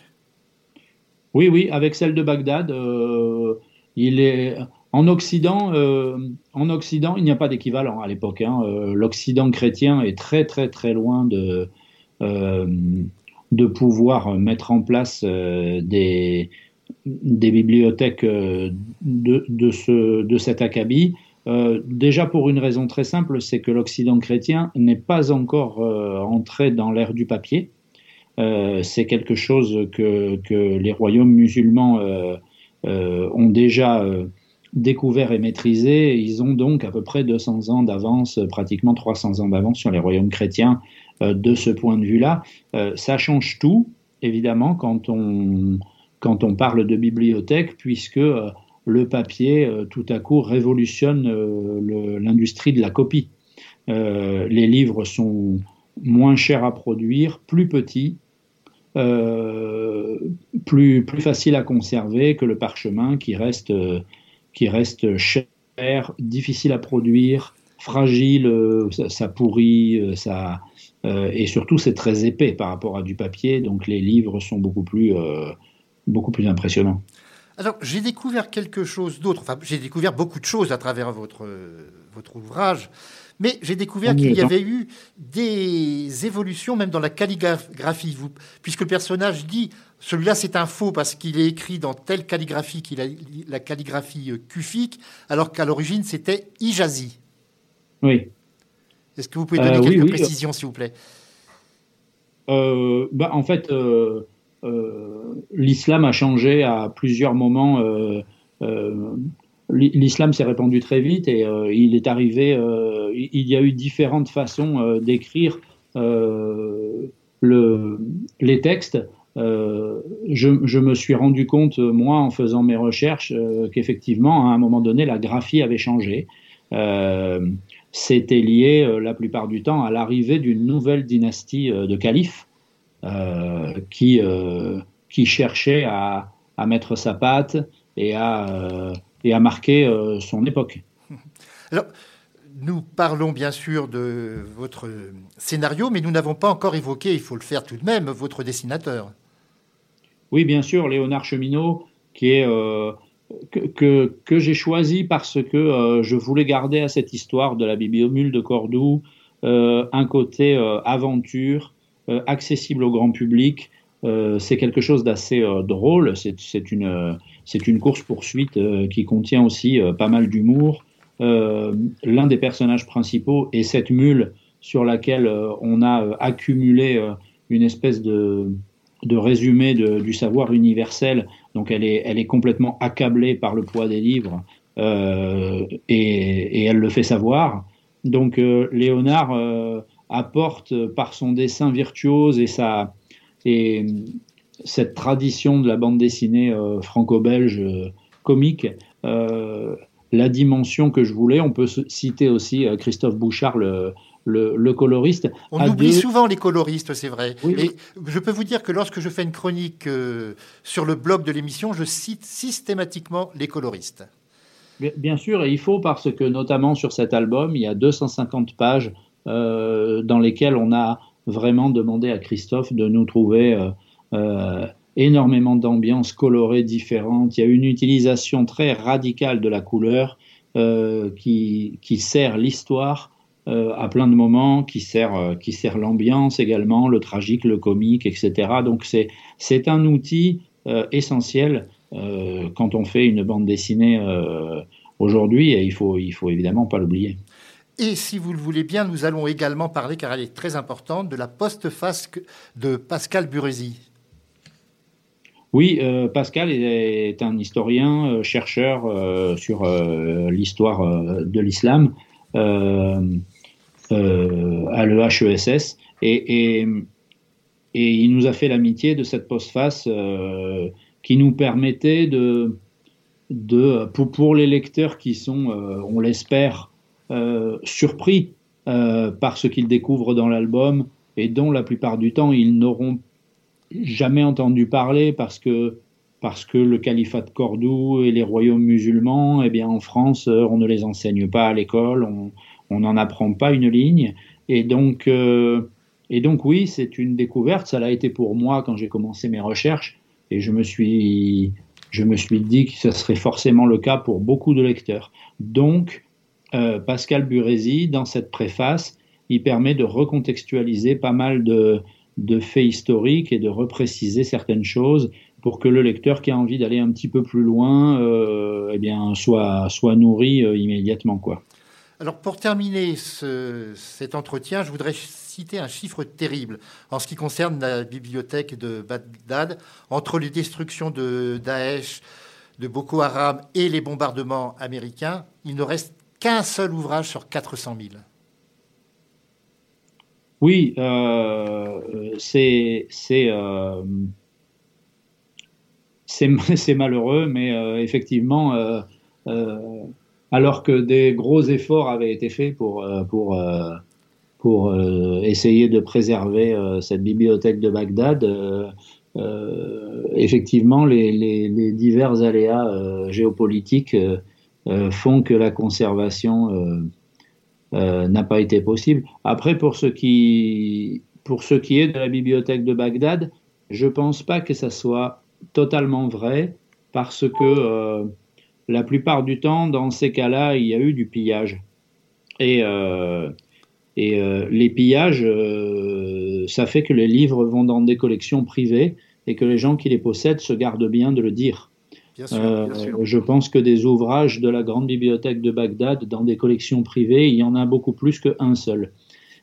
H: Oui, oui, avec celle de Bagdad, euh, il est En Occident, euh, en Occident, il n'y a pas d'équivalent à l'époque. Hein. Euh, L'Occident chrétien est très très très loin de, euh, de pouvoir mettre en place euh, des, des bibliothèques de, de, ce, de cet acabit. Euh, déjà pour une raison très simple, c'est que l'Occident chrétien n'est pas encore euh, entré dans l'ère du papier. Euh, c'est quelque chose que, que les royaumes musulmans euh, euh, ont déjà euh, découvert et maîtrisé. Ils ont donc à peu près deux cents ans d'avance, pratiquement trois cents ans d'avance sur les royaumes chrétiens euh, de ce point de vue-là. Euh, ça change tout, évidemment, quand on, quand on parle de bibliothèque, puisque euh, le papier, euh, tout à coup, révolutionne euh, le, l'industrie de la copie. Euh, les livres sont moins chers à produire, plus petits, euh, plus, plus faciles à conserver que le parchemin qui reste... Euh, qui reste cher, difficile à produire, fragile, euh, ça, ça pourrit, euh, ça, euh, et surtout c'est très épais par rapport à du papier, donc les livres sont beaucoup plus, euh, beaucoup plus impressionnants.
C: Alors j'ai découvert quelque chose d'autre, enfin j'ai découvert beaucoup de choses à travers votre, euh, votre ouvrage, mais j'ai découvert qu'il y avait eu des évolutions même dans la calligraphie, vous, puisque le personnage dit... Celui-là, c'est un faux parce qu'il est écrit dans telle calligraphie qu'il a la calligraphie kufique, alors qu'à l'origine, c'était Hijazi.
H: Oui.
C: Est-ce que vous pouvez donner euh, quelques oui, oui. précisions, s'il vous plaît
H: euh, bah, En fait, euh, euh, l'islam a changé à plusieurs moments. Euh, euh, l'islam s'est répandu très vite et euh, il est arrivé... Euh, il y a eu différentes façons euh, d'écrire euh, le, les textes. Euh, je, je me suis rendu compte, moi, en faisant mes recherches, euh, qu'effectivement, à un moment donné, la graphie avait changé. Euh, c'était lié, euh, la plupart du temps, à l'arrivée d'une nouvelle dynastie euh, de califes euh, qui, euh, qui cherchait à, à mettre sa patte et à, euh, et à marquer euh, son époque.
C: Alors, nous parlons bien sûr de votre scénario, mais nous n'avons pas encore évoqué, il faut le faire tout de même, votre dessinateur.
H: Oui, bien sûr, Léonard Cheminot, qui est, euh, que, que, que j'ai choisi parce que euh, je voulais garder à cette histoire de la bibliomule de Cordoue euh, un côté euh, aventure, euh, accessible au grand public. Euh, c'est quelque chose d'assez euh, drôle, c'est, c'est, une, euh, c'est une course-poursuite euh, qui contient aussi euh, pas mal d'humour. Euh, l'un des personnages principaux est cette mule sur laquelle euh, on a euh, accumulé euh, une espèce de... de résumé de, du savoir universel, donc elle est, elle est complètement accablée par le poids des livres euh, et, et elle le fait savoir. Donc euh, Léonard euh, apporte par son dessin virtuose et, sa, et cette tradition de la bande dessinée euh, franco-belge comique euh, la dimension que je voulais. On peut citer aussi euh, Christophe Bouchard, le, le, le coloriste.
C: On oublie deux... souvent les coloristes, c'est vrai.
H: Oui.
C: Et je peux vous dire que lorsque je fais une chronique euh, sur le blog de l'émission, je cite systématiquement les coloristes.
H: Bien sûr, et il faut, parce que notamment sur cet album, il y a deux cent cinquante pages euh, dans lesquelles on a vraiment demandé à Christophe de nous trouver euh, euh, énormément d'ambiances colorées différentes. Il y a une utilisation très radicale de la couleur euh, qui, qui sert l'histoire euh, à plein de moments, qui sert, euh, qui sert l'ambiance également, le tragique, le comique, et cetera. Donc c'est, c'est un outil euh, essentiel euh, quand on fait une bande dessinée euh, aujourd'hui, et il faut, il faut évidemment pas l'oublier.
C: Et si vous le voulez bien, nous allons également parler, car elle est très importante, de la postface de Pascal Burezi.
H: Oui, euh, Pascal est, est un historien, euh, chercheur euh, sur euh, l'histoire euh, de l'islam euh, euh, à l'E H E S S, et, et, et il nous a fait l'amitié de cette postface euh, qui nous permettait de, de pour, pour les lecteurs qui sont, euh, on l'espère, Euh, surpris euh, par ce qu'ils découvrent dans l'album et dont la plupart du temps ils n'auront jamais entendu parler parce que, parce que le califat de Cordoue et les royaumes musulmans, eh bien, en France, euh, on ne les enseigne pas à l'école, on n'en apprend pas une ligne. Et donc, euh, et donc oui, c'est une découverte. Ça l'a été pour moi quand j'ai commencé mes recherches, et je me suis, je me suis dit que ce serait forcément le cas pour beaucoup de lecteurs. Donc, Euh, Pascal Burezi, dans cette préface, il permet de recontextualiser pas mal de, de faits historiques et de repréciser certaines choses pour que le lecteur qui a envie d'aller un petit peu plus loin euh, eh bien, soit, soit nourri euh, immédiatement, quoi.
C: Alors pour terminer ce, cet entretien, je voudrais citer un chiffre terrible en ce qui concerne la bibliothèque de Bagdad. Entre les destructions de Daesh, de Boko Haram et les bombardements américains, il ne reste qu'un seul ouvrage sur quatre cent mille.
H: Oui, euh, c'est, c'est, euh, c'est, c'est malheureux, mais euh, effectivement, euh, euh, alors que des gros efforts avaient été faits pour, euh, pour, euh, pour euh, essayer de préserver euh, cette bibliothèque de Bagdad, euh, euh, effectivement, les, les, les divers aléas euh, géopolitiques euh, Euh, font que la conservation euh, euh, n'a pas été possible. Après, pour ce qui, pour ce qui est de la bibliothèque de Bagdad, je ne pense pas que ça soit totalement vrai, parce que euh, la plupart du temps, dans ces cas-là, il y a eu du pillage. Et, euh, et euh, les pillages, euh, ça fait que les livres vont dans des collections privées et que les gens qui les possèdent se gardent bien de le dire.
C: Bien sûr,
H: euh,
C: bien sûr.
H: Je pense que des ouvrages de la grande bibliothèque de Bagdad dans des collections privées, il y en a beaucoup plus qu'un seul.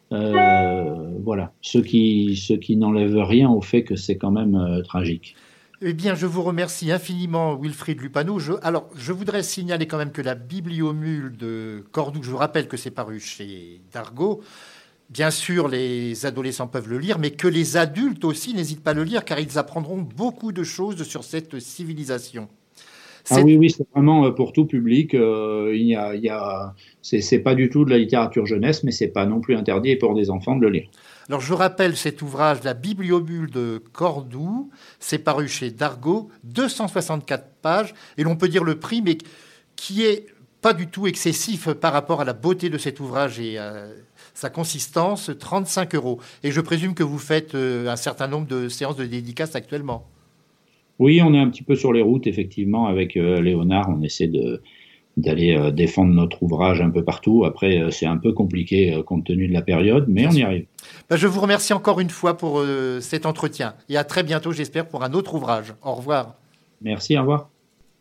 H: Euh, voilà, ce qui, ce qui n'enlève rien au fait que c'est quand même euh, tragique.
C: Eh bien, je vous remercie infiniment, Wilfried Lupano. Je, alors, je voudrais signaler quand même que la Bibliomule de Cordoue, je vous rappelle que c'est paru chez Dargaud. Bien sûr, les adolescents peuvent le lire, mais que les adultes aussi n'hésitent pas à le lire, car ils apprendront beaucoup de choses sur cette civilisation.
H: Ah oui, oui, c'est vraiment pour tout public. Euh, il y a, il y a, c'est, c'est pas du tout de la littérature jeunesse, mais c'est pas non plus interdit pour des enfants de le lire.
C: Alors, je rappelle cet ouvrage, La Bibliomule de Cordoue, c'est paru chez Dargaud, deux cent soixante-quatre pages, et l'on peut dire le prix, mais qui est pas du tout excessif par rapport à la beauté de cet ouvrage et à sa consistance, trente-cinq euros. Et je présume que vous faites un certain nombre de séances de dédicaces actuellement.
H: Oui, on est un petit peu sur les routes, effectivement, avec euh, Léonard. On essaie de, d'aller euh, défendre notre ouvrage un peu partout. Après, euh, c'est un peu compliqué euh, compte tenu de la période, mais Bien on sûr. y arrive.
C: Ben, je vous remercie encore une fois pour euh, cet entretien. Et à très bientôt, j'espère, pour un autre ouvrage. Au revoir.
H: Merci, au revoir.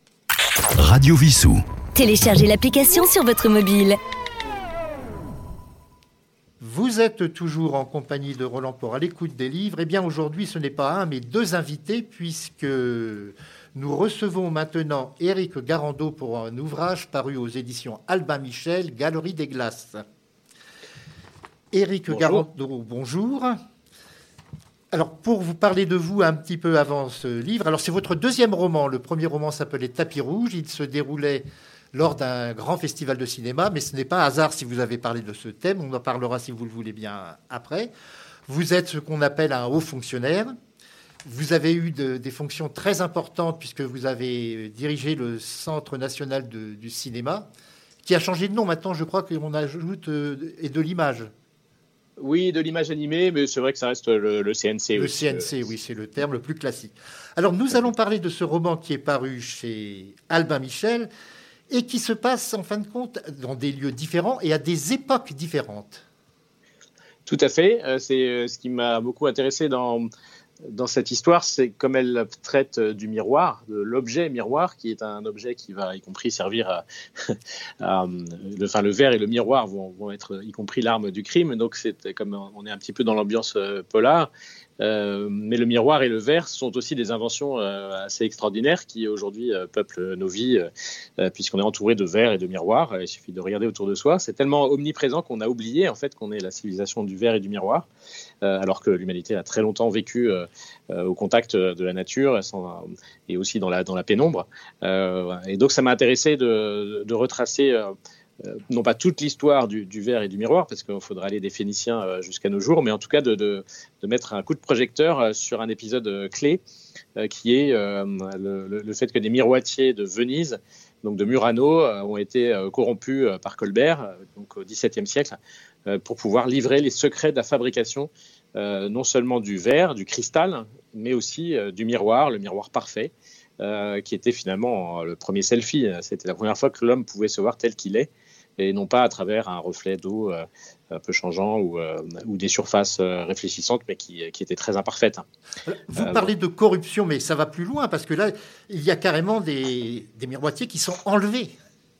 A: Radio Vissou.
B: Téléchargez l'application sur votre mobile.
C: Vous êtes toujours en compagnie de Roland Port à l'écoute des livres. Eh bien, aujourd'hui, ce n'est pas un, mais deux invités, puisque nous recevons maintenant Éric Garando pour un ouvrage paru aux éditions Albin Michel, Galerie des Glaces. Éric Garando, bonjour. Alors, pour vous parler de vous un petit peu avant ce livre, alors c'est votre deuxième roman. Le premier roman s'appelait Tapis rouge. Il se déroulait lors d'un grand festival de cinéma, mais ce n'est pas un hasard si vous avez parlé de ce thème. On en parlera, si vous le voulez bien, après. Vous êtes ce qu'on appelle un haut fonctionnaire. Vous avez eu de, des fonctions très importantes puisque vous avez dirigé le Centre national de, du cinéma, qui a changé de nom. Maintenant, je crois qu'on ajoute euh, et de l'image.
I: Oui, de l'image animée, mais c'est vrai que ça reste le, le C N C.
C: Le
I: aussi.
C: C N C, oui, c'est le terme le plus classique. Alors, nous allons parler de ce roman qui est paru chez Albin Michel et qui se passe, en fin de compte, dans des lieux différents et à des époques différentes.
I: Tout à fait. C'est ce qui m'a beaucoup intéressé dans... Dans cette histoire, c'est comme elle traite du miroir, de l'objet miroir, qui est un objet qui va y compris servir à, à le, enfin, le verre et le miroir vont, vont être y compris l'arme du crime. Donc c'est comme on est un petit peu dans l'ambiance polar. Euh, mais le miroir et le verre sont aussi des inventions euh, assez extraordinaires qui aujourd'hui euh, peuplent nos vies euh, puisqu'on est entouré de verres et de miroirs. Il suffit de regarder autour de soi. C'est tellement omniprésent qu'on a oublié en fait qu'on est la civilisation du verre et du miroir, euh, alors que l'humanité a très longtemps vécu euh, euh, au contact de la nature sans, et aussi dans la, dans la pénombre. Euh, et donc ça m'a intéressé de, de retracer euh, Euh, non pas toute l'histoire du, du verre et du miroir, parce qu'il faudra aller des Phéniciens euh, jusqu'à nos jours, mais en tout cas de, de, de mettre un coup de projecteur euh, sur un épisode euh, clé, euh, qui est euh, le, le fait que des miroitiers de Venise, donc de Murano, euh, ont été euh, corrompus euh, par Colbert, euh, donc au XVIIe siècle, euh, pour pouvoir livrer les secrets de la fabrication, euh, non seulement du verre, du cristal, mais aussi euh, du miroir, le miroir parfait, euh, qui était finalement euh, le premier selfie. C'était la première fois que l'homme pouvait se voir tel qu'il est, et non pas à travers un reflet d'eau euh, un peu changeant ou, euh, ou des surfaces euh, réfléchissantes, mais qui, qui étaient très imparfaites.
C: Vous
I: euh,
C: parlez de corruption, mais ça va plus loin, parce que là, il y a carrément des, des miroitiers qui sont enlevés.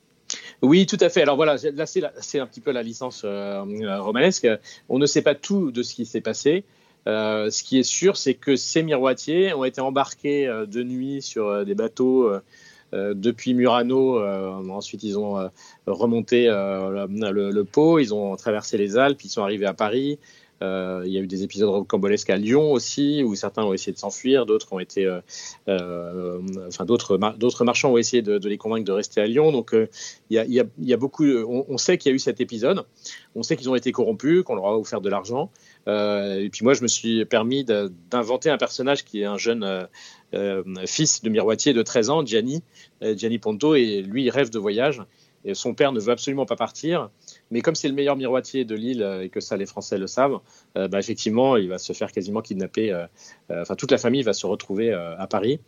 I: Oui, tout à fait. Alors voilà, là, c'est, la, c'est un petit peu la licence euh, romanesque. On ne sait pas tout de ce qui s'est passé. Euh, ce qui est sûr, c'est que ces miroitiers ont été embarqués euh, de nuit sur euh, des bateaux euh, Euh, depuis Murano. Euh, ensuite, ils ont euh, remonté euh, le, le Pô, ils ont traversé les Alpes, ils sont arrivés à Paris. Euh, il y a eu des épisodes rocambolesques à Lyon aussi, où certains ont essayé de s'enfuir, d'autres ont été, euh, euh, enfin d'autres, mar- d'autres marchands ont essayé de, de les convaincre de rester à Lyon. Donc, euh, il y a, il y a, il y a beaucoup. On, on sait qu'il y a eu cet épisode. On sait qu'ils ont été corrompus, qu'on leur a offert de l'argent. Euh, et puis moi, je me suis permis de, d'inventer un personnage qui est un jeune euh, euh, fils de miroitier de treize ans, Gianni, euh, Gianni Ponto, et lui, il rêve de voyage. Et son père ne veut absolument pas partir, mais comme c'est le meilleur miroitier de l'île et que ça les Français le savent, euh, bah, effectivement il va se faire quasiment kidnapper. Euh, euh, enfin toute la famille va se retrouver euh, à Paris.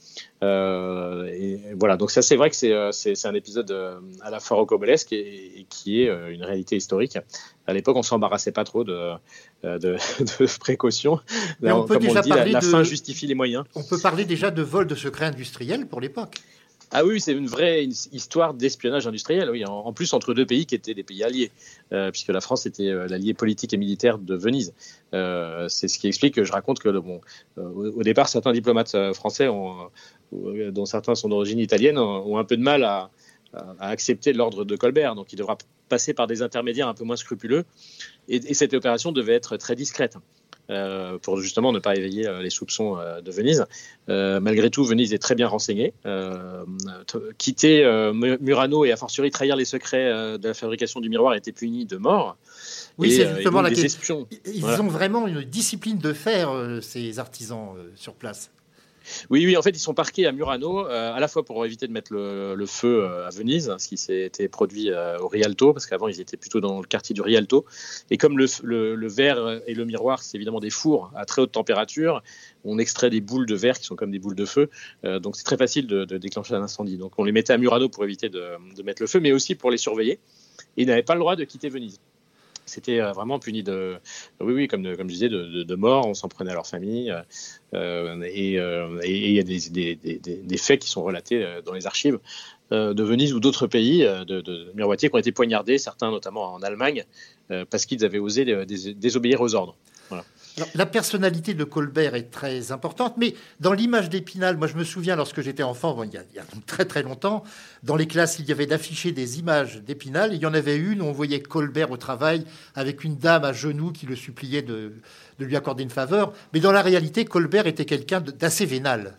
I: Euh, et voilà, donc ça c'est vrai que c'est, c'est, c'est un épisode euh, à la fois rocambolesque et, et qui est euh, une réalité historique. À l'époque on s'embarrassait pas trop de, de, de précautions.
C: Mais on peut
I: comme
C: déjà
I: on dit,
C: parler
I: la, la
C: de...
I: fin justifie les moyens.
C: On peut parler déjà de vol de secrets industriels pour l'époque.
I: Ah oui, c'est une vraie histoire d'espionnage industriel, oui, en, en plus entre deux pays qui étaient des pays alliés, euh, puisque la France était euh, l'allié politique et militaire de Venise. Euh, c'est ce qui explique que je raconte que, bon, euh, au, au départ, certains diplomates euh, français, ont, euh, dont certains sont d'origine italienne, ont, ont un peu de mal à, à, à accepter l'ordre de Colbert, donc il devra passer par des intermédiaires un peu moins scrupuleux, et, et cette opération devait être très discrète. Euh, pour justement ne pas éveiller euh, les soupçons euh, de Venise. Euh, malgré tout, Venise est très bien renseignée. Euh, t- quitter euh, Murano et a fortiori trahir les secrets euh, de la fabrication du miroir était puni de mort.
C: Oui,
I: et,
C: c'est justement
I: euh,
C: la
I: question.
C: Ils
I: voilà.
C: ont vraiment une discipline de fer, euh, ces artisans euh, sur place.
I: Oui, oui, en fait, ils sont parqués à Murano, euh, à la fois pour éviter de mettre le, le feu euh, à Venise, ce qui s'était produit euh, au Rialto, parce qu'avant, ils étaient plutôt dans le quartier du Rialto. Et comme le, le, le verre et le miroir, c'est évidemment des fours à très haute température, on extrait des boules de verre qui sont comme des boules de feu. Euh, donc, c'est très facile de, de déclencher un incendie. Donc, on les mettait à Murano pour éviter de, de mettre le feu, mais aussi pour les surveiller. Et ils n'avaient pas le droit de quitter Venise. C'était vraiment puni de, oui, oui, comme, de, comme je disais, de, de, de mort. On s'en prenait à leur famille. Euh, et euh, il y a des, des, des, des faits qui sont relatés dans les archives euh, de Venise ou d'autres pays, de, de miroitiers qui ont été poignardés, certains notamment en Allemagne, euh, parce qu'ils avaient osé dés, désobéir aux ordres. Voilà.
C: Alors, la personnalité de Colbert est très importante, mais dans l'image d'Épinal, moi je me souviens lorsque j'étais enfant, bon, il, y a, il y a très très longtemps, dans les classes il y avait d'afficher des images d'Épinal. Il y en avait une où on voyait Colbert au travail avec une dame à genoux qui le suppliait de, de lui accorder une faveur. Mais dans la réalité, Colbert était quelqu'un d'assez vénal.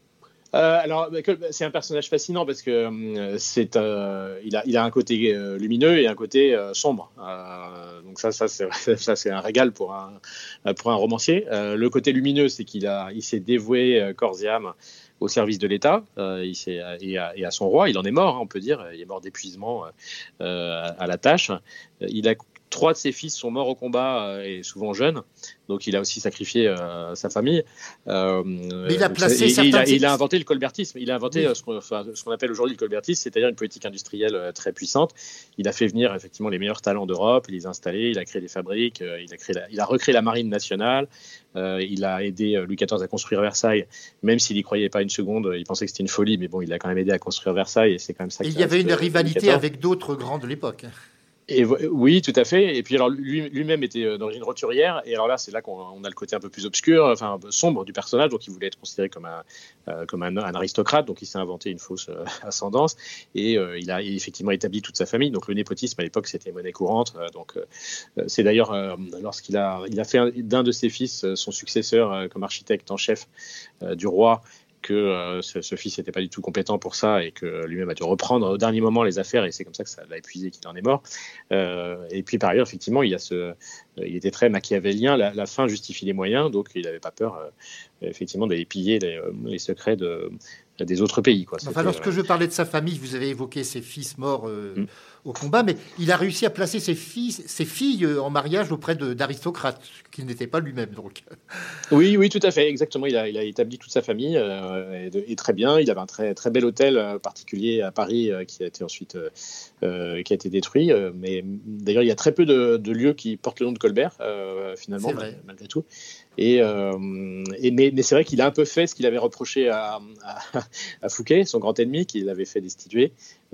I: Euh, alors, c'est un personnage fascinant parce que euh, c'est, euh, il, a, il a un côté euh, lumineux et un côté euh, sombre. Euh, donc ça, ça c'est, ça, c'est un régal pour un, pour un romancier. Euh, le côté lumineux, c'est qu'il a, il s'est dévoué euh, corps et âme au service de l'État euh, il s'est, et, à, et à son roi. Il en est mort, hein, on peut dire. Il est mort d'épuisement euh, à la tâche. Il a Trois de ses fils sont morts au combat euh, et souvent jeunes, donc il a aussi sacrifié euh, sa famille. Euh,
C: Mais il a placé
I: et,
C: certains...
I: il, a, il a inventé le colbertisme. Il a inventé
C: oui.
I: euh, ce, qu'on, enfin, ce qu'on appelle aujourd'hui le colbertisme, c'est-à-dire une politique industrielle euh, très puissante. Il a fait venir effectivement les meilleurs talents d'Europe, il les a installés, il a créé des fabriques, euh, il, a créé la, il a recréé la marine nationale, euh, il a aidé euh, Louis quatorze à construire Versailles, même s'il n'y croyait pas une seconde, il pensait que c'était une folie, mais bon, il a quand même aidé à construire Versailles et c'est quand même ça.
C: Et il y avait une rivalité avec d'autres grands de l'époque.
I: Et, oui, tout à fait. Et puis alors lui, lui-même était dans une roturière. Et alors là, c'est là qu'on on a le côté un peu plus obscur, enfin un peu sombre du personnage. Donc il voulait être considéré comme un, euh, comme un, un aristocrate. Donc il s'est inventé une fausse euh, ascendance. Et euh, il a effectivement établi toute sa famille. Donc le népotisme à l'époque, c'était monnaie courante. Euh, donc euh, c'est d'ailleurs euh, lorsqu'il a, il a fait un, d'un de ses fils euh, son successeur euh, comme architecte en chef euh, du roi, que euh, ce, ce fils n'était pas du tout compétent pour ça et que lui-même a dû reprendre au dernier moment les affaires et c'est comme ça que ça l'a épuisé qu'il en est mort. Euh, et puis par ailleurs, effectivement, il, y a ce, euh, il était très machiavélien, la, la fin justifie les moyens, donc il n'avait pas peur euh, effectivement d'aller piller les, les secrets de, des autres pays. Quoi.
C: Enfin, lorsque euh... je parlais de sa famille, vous avez évoqué ses fils morts euh, mm. au combat, mais il a réussi à placer ses, fils, ses filles en mariage auprès de, d'aristocrates, qu'il n'était pas lui-même. Donc.
I: Oui, oui, tout à fait, exactement. Il a, il a établi toute sa famille euh, et, de, et très bien. Il avait un très, très bel hôtel euh, particulier à Paris euh, qui a été ensuite euh, qui a été détruit. Euh, mais d'ailleurs, il y a très peu de, de lieux qui portent le nom de Colbert, euh, finalement, mal, malgré tout. Et, euh, et mais, mais c'est vrai qu'il a un peu fait ce qu'il avait reproché à, à, à Fouquet, son grand ennemi, qu'il avait fait destituer,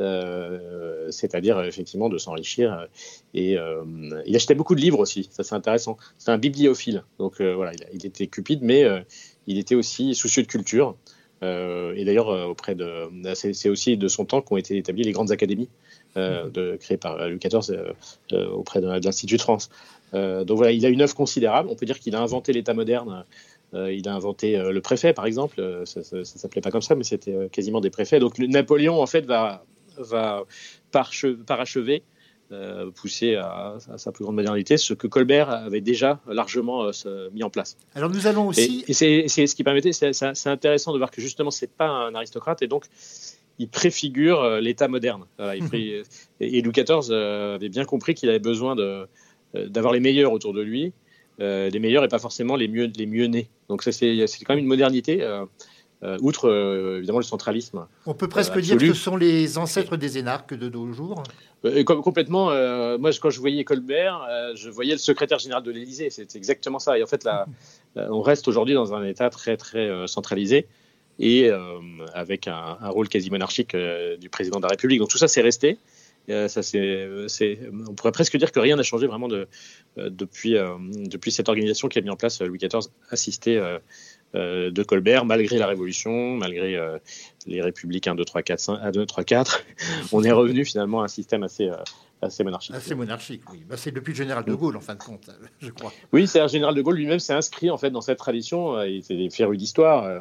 I: euh, c'est-à-dire effectivement de s'enrichir. Et euh, il achetait beaucoup de livres aussi, ça c'est intéressant. C'est un bibliophile, donc euh, voilà, il, il était cupide, mais euh, il était aussi soucieux de culture. Euh, et d'ailleurs, euh, auprès de, c'est, c'est aussi de son temps qu'ont été établies les grandes académies euh, de, créées par Louis quatorze euh, euh, auprès de, de l'Institut de France. Euh, donc voilà, il a une œuvre considérable. On peut dire qu'il a inventé l'État moderne. Euh, il a inventé euh, le préfet, par exemple. Euh, ça, ça, ça s'appelait pas comme ça, mais c'était euh, quasiment des préfets. Donc le, Napoléon, en fait, va, va parche- parachever, euh, pousser à, à sa plus grande modernité, ce que Colbert avait déjà largement euh, mis en place.
C: Alors nous allons aussi...
I: Et, et c'est, c'est ce qui permettait... C'est, c'est, c'est intéressant de voir que justement, c'est pas un aristocrate, et donc il préfigure euh, l'État moderne. Voilà, il pré... et, et Louis quatorze euh, avait bien compris qu'il avait besoin de... d'avoir les meilleurs autour de lui, euh, les meilleurs et pas forcément les mieux, les mieux nés. Donc ça, c'est, c'est quand même une modernité, euh, euh, outre euh, évidemment le centralisme.
C: On peut presque
I: euh,
C: dire que ce sont les ancêtres des énarques de nos jours.
I: Euh, com- complètement. Euh, moi, quand je voyais Colbert, euh, je voyais le secrétaire général de l'Élysée. C'est, c'est exactement ça. Et en fait, là, euh, on reste aujourd'hui dans un État très très euh, centralisé et euh, avec un, un rôle quasi monarchique euh, du président de la République. Donc tout ça, c'est resté. Euh, ça, c'est, c'est, on pourrait presque dire que rien n'a changé vraiment de, euh, depuis, euh, depuis cette organisation qui a mis en place Louis quatorze, assisté euh, euh, de Colbert, malgré la Révolution, malgré euh, les républiques un, deux, trois, quatre, cinq, un, deux, trois, quatre. On est revenu finalement à un système assez, euh, assez monarchique.
C: Assez monarchique, oui. Bah, c'est depuis le général de Gaulle, en fin de compte, je crois.
I: Oui, c'est le général de Gaulle lui-même s'est inscrit en fait, dans cette tradition. Il était féru d'histoire. Euh,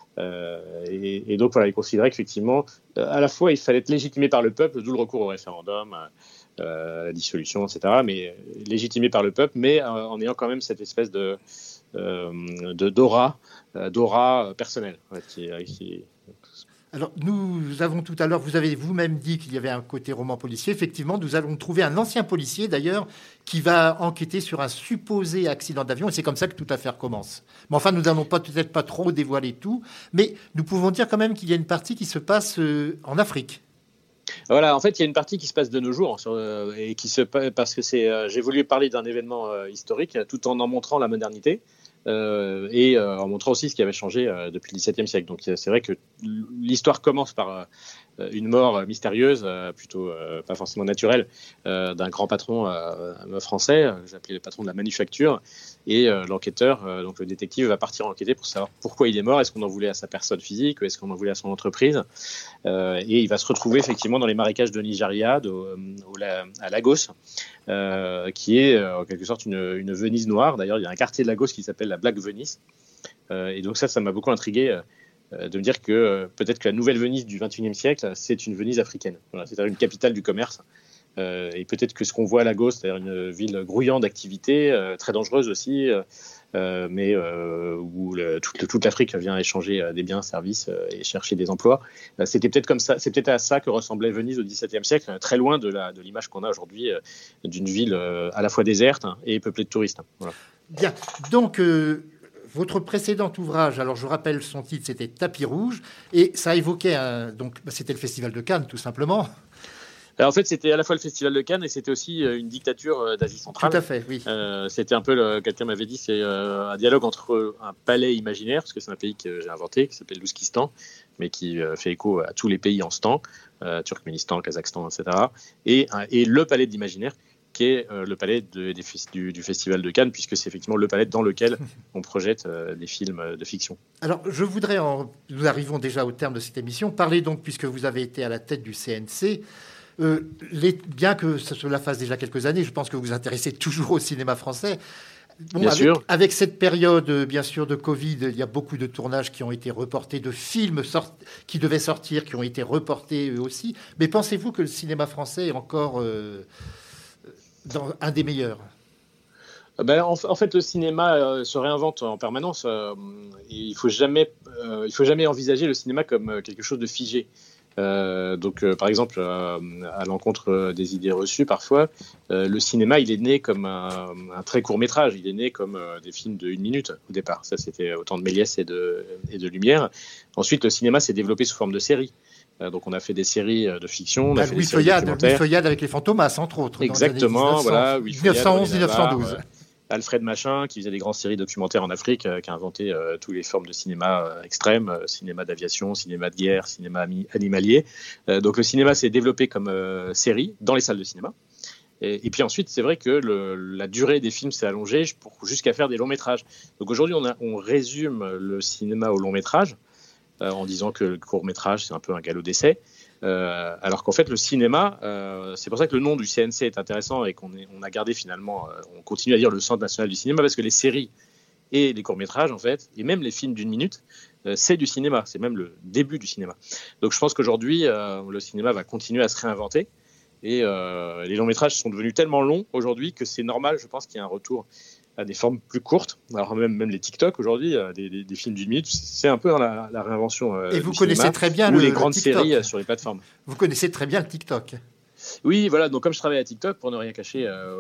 I: Euh, et, et donc voilà, il considérait qu'effectivement, euh, à la fois il fallait être légitimé par le peuple, d'où le recours au référendum, euh, la dissolution, et cetera. Mais légitimé par le peuple, mais euh, en ayant quand même cette espèce de, euh, de d'aura, euh, d'aura personnelle. Ouais, qui, qui...
C: Alors, nous avons tout à l'heure, vous avez vous-même dit qu'il y avait un côté roman policier. Effectivement, nous allons trouver un ancien policier, d'ailleurs, qui va enquêter sur un supposé accident d'avion. Et c'est comme ça que toute l'affaire commence. Mais enfin, nous n'allons pas, peut-être pas trop dévoiler tout. Mais nous pouvons dire quand même qu'il y a une partie qui se passe euh, en Afrique.
I: Voilà, en fait, il y a une partie qui se passe de nos jours. Sur, euh, et qui se, parce que c'est, euh, j'ai voulu parler d'un événement euh, historique tout en en montrant la modernité. Euh, et euh, en montrant aussi ce qui avait changé euh, depuis le dix-septième siècle. Donc c'est vrai que l'histoire commence par, une mort mystérieuse, euh, plutôt euh, pas forcément naturelle, euh, d'un grand patron euh, français, euh, j'appelais le patron de la manufacture, et euh, l'enquêteur, euh, donc le détective, va partir enquêter pour savoir pourquoi il est mort, est-ce qu'on en voulait à sa personne physique, ou est-ce qu'on en voulait à son entreprise, euh, et il va se retrouver effectivement dans les marécages de Nigeria, de, au, à Lagos, euh, qui est euh, en quelque sorte une, une Venise noire. D'ailleurs, il y a un quartier de Lagos qui s'appelle la Black Venice, euh, et donc ça, ça m'a beaucoup intrigué, euh, de me dire que euh, peut-être que la nouvelle Venise du vingt et unième siècle, c'est une Venise africaine. Voilà, c'est-à-dire une capitale du commerce. Euh, et peut-être que ce qu'on voit à Lagos, c'est-à-dire une ville grouillante d'activités, euh, très dangereuse aussi, euh, mais euh, où le, toute, toute l'Afrique vient échanger euh, des biens, services euh, et chercher des emplois. Euh, c'était peut-être comme ça, c'est peut-être à ça que ressemblait Venise au dix-septième siècle, euh, très loin de, la, de l'image qu'on a aujourd'hui euh, d'une ville euh, à la fois déserte hein, et peuplée de touristes. Voilà.
C: Bien, donc... Euh... Votre précédent ouvrage, alors je rappelle son titre, c'était Tapis rouge, et ça évoquait, un, donc c'était le Festival de Cannes, tout simplement.
I: Alors en fait, c'était à la fois le Festival de Cannes et c'était aussi une dictature d'Asie centrale.
C: Tout à fait, oui.
I: Euh, c'était un peu, le, quelqu'un m'avait dit, c'est euh, un dialogue entre un palais imaginaire, parce que c'est un pays que j'ai inventé, qui s'appelle l'Ouzkistan, mais qui euh, fait écho à tous les pays en stan, euh, Turkménistan, Kazakhstan, et cetera. Et, et le palais de l'imaginaire, qui est euh, le palais de, des, du, du Festival de Cannes, puisque c'est effectivement le palais dans lequel on projette euh, des films de fiction.
C: Alors, je voudrais, en, nous arrivons déjà au terme de cette émission, parler donc, puisque vous avez été à la tête du C N C, euh, les, bien que cela fasse déjà quelques années, je pense que vous vous intéressez toujours au cinéma français. Bon,
I: bien
C: avec,
I: sûr.
C: Avec cette période, bien sûr, de Covid, il y a beaucoup de tournages qui ont été reportés, de films sort, qui devaient sortir, qui ont été reportés eux aussi. Mais pensez-vous que le cinéma français est encore... Euh, dans un des meilleurs?
I: Ben, en, en fait, le cinéma euh, se réinvente en permanence. Euh, et il ne faut jamais, euh, il faut jamais envisager le cinéma comme quelque chose de figé. Euh, donc, euh, par exemple, euh, à l'encontre des idées reçues, parfois, euh, le cinéma, il est né comme un, un très court métrage. Il est né comme euh, des films de une minute au départ. Ça, c'était au temps de Méliès et de, et de Lumière. Ensuite, le cinéma s'est développé sous forme de séries. Donc on a fait des séries de fiction, on a
C: bah,
I: fait
C: Louis
I: des séries
C: Feuillade,
I: documentaires.
C: Louis Feuillade avec les Fantomas, entre autres.
I: Exactement, voilà.
C: mille neuf cent onze mille neuf cent douze.
I: Alfred Machin, qui faisait des grandes séries documentaires en Afrique, euh, qui a inventé euh, toutes les formes de cinéma euh, extrême, euh, cinéma d'aviation, cinéma de guerre, cinéma ami- animalier. Euh, donc le cinéma s'est développé comme euh, série dans les salles de cinéma. Et, et puis ensuite, c'est vrai que le, la durée des films s'est allongée pour, jusqu'à faire des longs métrages. Donc aujourd'hui, on, a, on résume le cinéma au long métrage, euh, en disant que le court métrage, c'est un peu un galop d'essai. Euh, alors qu'en fait le cinéma, euh, c'est pour ça que le nom du C N C est intéressant et qu'on est, on a gardé finalement, euh, on continue à dire le Centre national du cinéma, parce que les séries et les courts-métrages en fait, et même les films d'une minute, euh, c'est du cinéma, c'est même le début du cinéma. Donc je pense qu'aujourd'hui euh, le cinéma va continuer à se réinventer et euh, les longs-métrages sont devenus tellement longs aujourd'hui que c'est normal, je pense, qu'il y ait un retour à des formes plus courtes. Alors même, même les TikTok aujourd'hui, euh, des, des, des films d'une minute, c'est un peu dans la, la réinvention euh,
C: et vous
I: du
C: connaissez
I: cinéma,
C: très bien
I: ou
C: le,
I: les grandes
C: le TikTok.
I: séries euh, sur les plateformes.
C: Vous connaissez très bien le TikTok.
I: Oui, voilà. Donc comme je travaille à TikTok, pour ne rien cacher euh,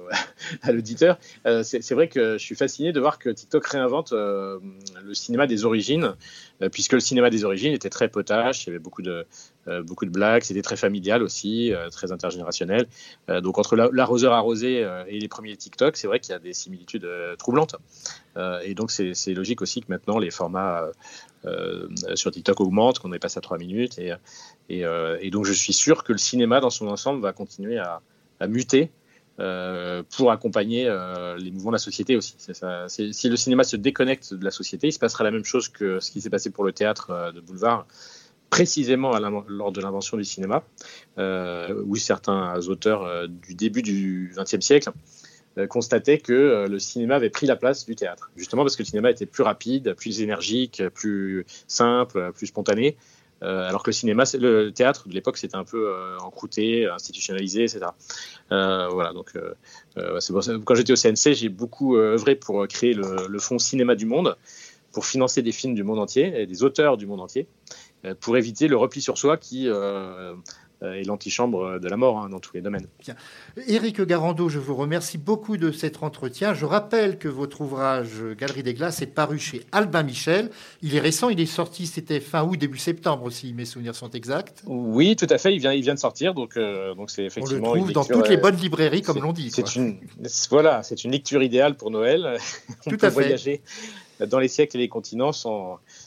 I: à l'auditeur, euh, c'est, c'est vrai que je suis fasciné de voir que TikTok réinvente euh, le cinéma des origines, euh, puisque le cinéma des origines était très potache, il y avait beaucoup de euh, beaucoup de blagues, c'était très familial aussi, euh, très intergénérationnel. Euh, donc entre la, l'arroseur arrosé euh, et les premiers TikTok, c'est vrai qu'il y a des similitudes euh, troublantes. Euh, et donc c'est, c'est logique aussi que maintenant les formats euh, sur TikTok augmentent, qu'on est passé à trois minutes. Et, et, euh, et donc je suis sûr que le cinéma dans son ensemble va continuer à, à muter euh, pour accompagner euh, les mouvements de la société aussi. C'est ça. C'est, si le cinéma se déconnecte de la société, il se passera la même chose que ce qui s'est passé pour le théâtre euh, de boulevard, précisément à lors de l'invention du cinéma, euh, où certains auteurs euh, du début du vingtième siècle euh, constataient que euh, le cinéma avait pris la place du théâtre, justement parce que le cinéma était plus rapide, plus énergique, plus simple, plus spontané, euh, alors que le cinéma, c'est, le théâtre de l'époque, c'était un peu euh, encrouté, institutionnalisé, et cetera. Euh, voilà, donc euh, euh, c'est pour ça, quand j'étais au C N C, j'ai beaucoup euh, œuvré pour créer le, le Fonds Cinéma du Monde, pour financer des films du monde entier et des auteurs du monde entier, pour éviter le repli sur soi qui euh, est l'antichambre de la mort hein, dans tous les domaines.
C: Bien. Éric Garando, je vous remercie beaucoup de cet entretien. Je rappelle que votre ouvrage Galerie des Glaces est paru chez Albin Michel. Il est récent, il est sorti, c'était fin août, début septembre, si mes souvenirs sont exacts.
I: Oui, tout à fait, il vient, il vient de sortir, donc, euh, donc c'est effectivement...
C: On le trouve
I: une
C: dans
I: lecture,
C: toutes les bonnes
I: euh,
C: librairies, comme l'on dit.
I: C'est une, voilà, c'est une lecture idéale pour Noël. On
C: tout
I: peut
C: à fait.
I: voyager dans les siècles et les continents sans,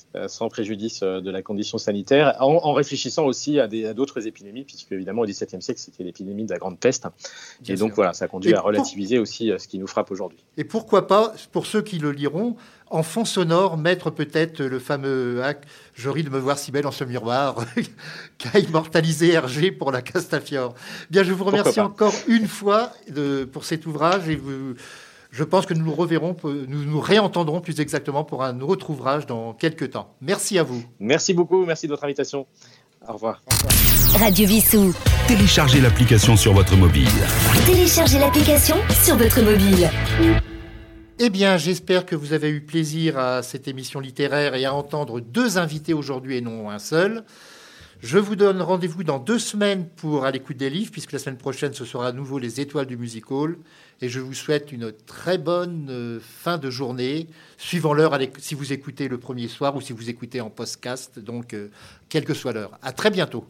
I: euh, sans préjudice euh, de la condition sanitaire, en, en réfléchissant aussi à, des, à d'autres épidémies, puisque évidemment au XVIIe siècle, c'était l'épidémie de la Grande Peste. Bien et donc sûr. Voilà, ça conduit et à relativiser pour... aussi euh, ce qui nous frappe aujourd'hui.
C: Et pourquoi pas, pour ceux qui le liront, en fond sonore, mettre peut-être le fameux hack « Je ris de me voir si belle en ce miroir » qu'a immortalisé Hergé pour la Castafiore. Bien, je vous remercie encore une fois de, pour cet ouvrage et vous, je pense que nous nous reverrons, nous nous réentendrons plus exactement pour un autre ouvrage dans quelques temps. Merci à vous.
I: Merci beaucoup, merci de votre invitation. Au revoir.
B: Radio Vissou.
A: Téléchargez l'application sur votre mobile.
B: Téléchargez l'application sur votre mobile.
C: Eh bien, j'espère que vous avez eu plaisir à cette émission littéraire et à entendre deux invités aujourd'hui et non un seul. Je vous donne rendez-vous dans deux semaines pour À l'écoute des livres, puisque la semaine prochaine, ce sera à nouveau les étoiles du music hall. Et je vous souhaite une très bonne euh, fin de journée, suivant l'heure, si vous écoutez le premier soir ou si vous écoutez en podcast, donc euh, quelle que soit l'heure. À très bientôt.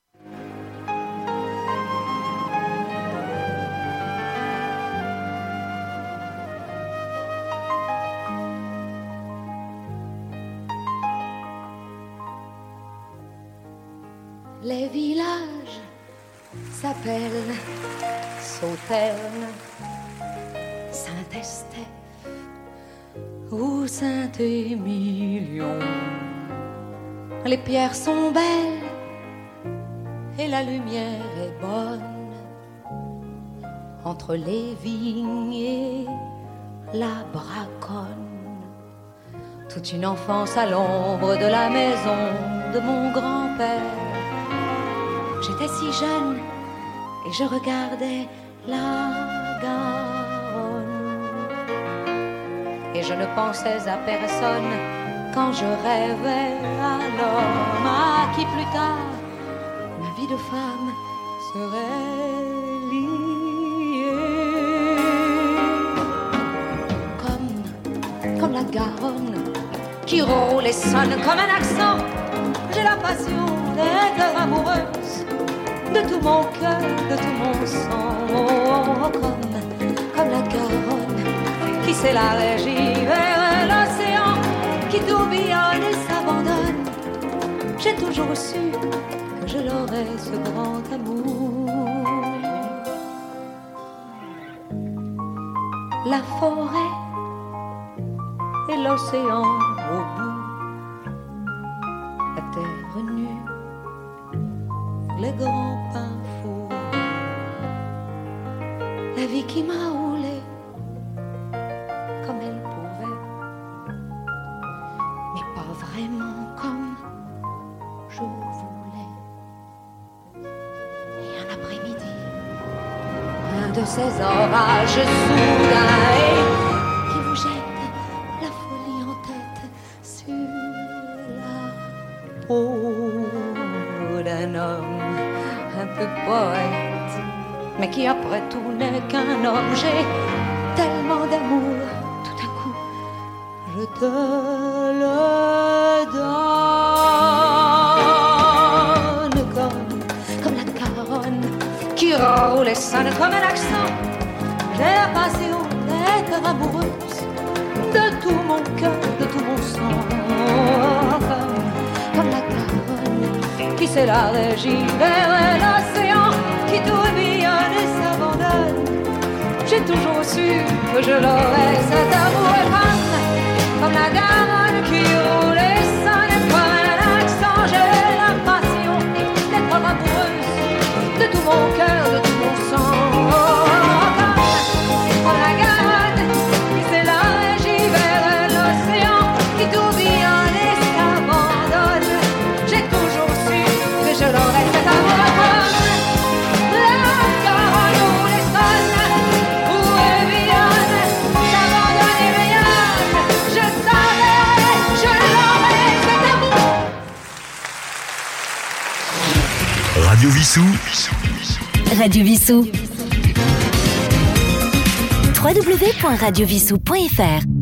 J: Les villages s'appellent Sauterne, Saint-Estèphe ou Saint-Émilion. Les pierres sont belles et la lumière est bonne. Entre les vignes et la braconne, toute une enfance à l'ombre de la maison de mon grand-père. J'étais si jeune et je regardais la Garonne. Et je ne pensais à personne quand je rêvais à l'homme à qui plus tard ma vie de femme serait liée. Comme, comme la Garonne qui roule et sonne comme un accent, j'ai la passion d'être amoureuse de tout mon cœur, de tout mon sang. Oh, comme, comme la Garonne qui s'élargit vers l'océan, qui tourbillonne et s'abandonne. J'ai toujours su que je l'aurais, ce grand amour. La forêt et l'océan au bout, la terre nue, les grands pins fourrés, la vie qui m'a roulé comme elle pouvait, mais pas vraiment comme je voulais. Et un après-midi, un de ces orages soudains et qui vous jette la folie en tête sur la peau d'un homme un peu poète, mais qui après tout n'est qu'un homme. J'ai tellement d'amour, tout à coup, je te le donne. Comme, comme la Garonne qui roule et sonne comme un accent. J'ai la passion d'être amoureuse de tout mon cœur, de tout mon sang. Comme, comme la Garonne qui s'élargit vers l'océan, qui tourbillonne et s'abandonne. J'ai toujours su que je l'aurais, cet amour est comme, comme la Garonne qui roule et sonne comme un accent. J'ai la passion d'être amoureuse de tout mon cœur, de tout mon sang. Comme, comme la Garonne qui s'élargit vers l'océan, qui tourbillonne et s'abandonne. J'ai toujours su que je l'aurais, cet amour est comme la Garonne où les sonne, où évillonne, s'abandonne et rayonne. Je savais, je l'aurais, cet amour.
A: Radio Vissou.
B: Radio Vissou. w w w point radio vissou point f r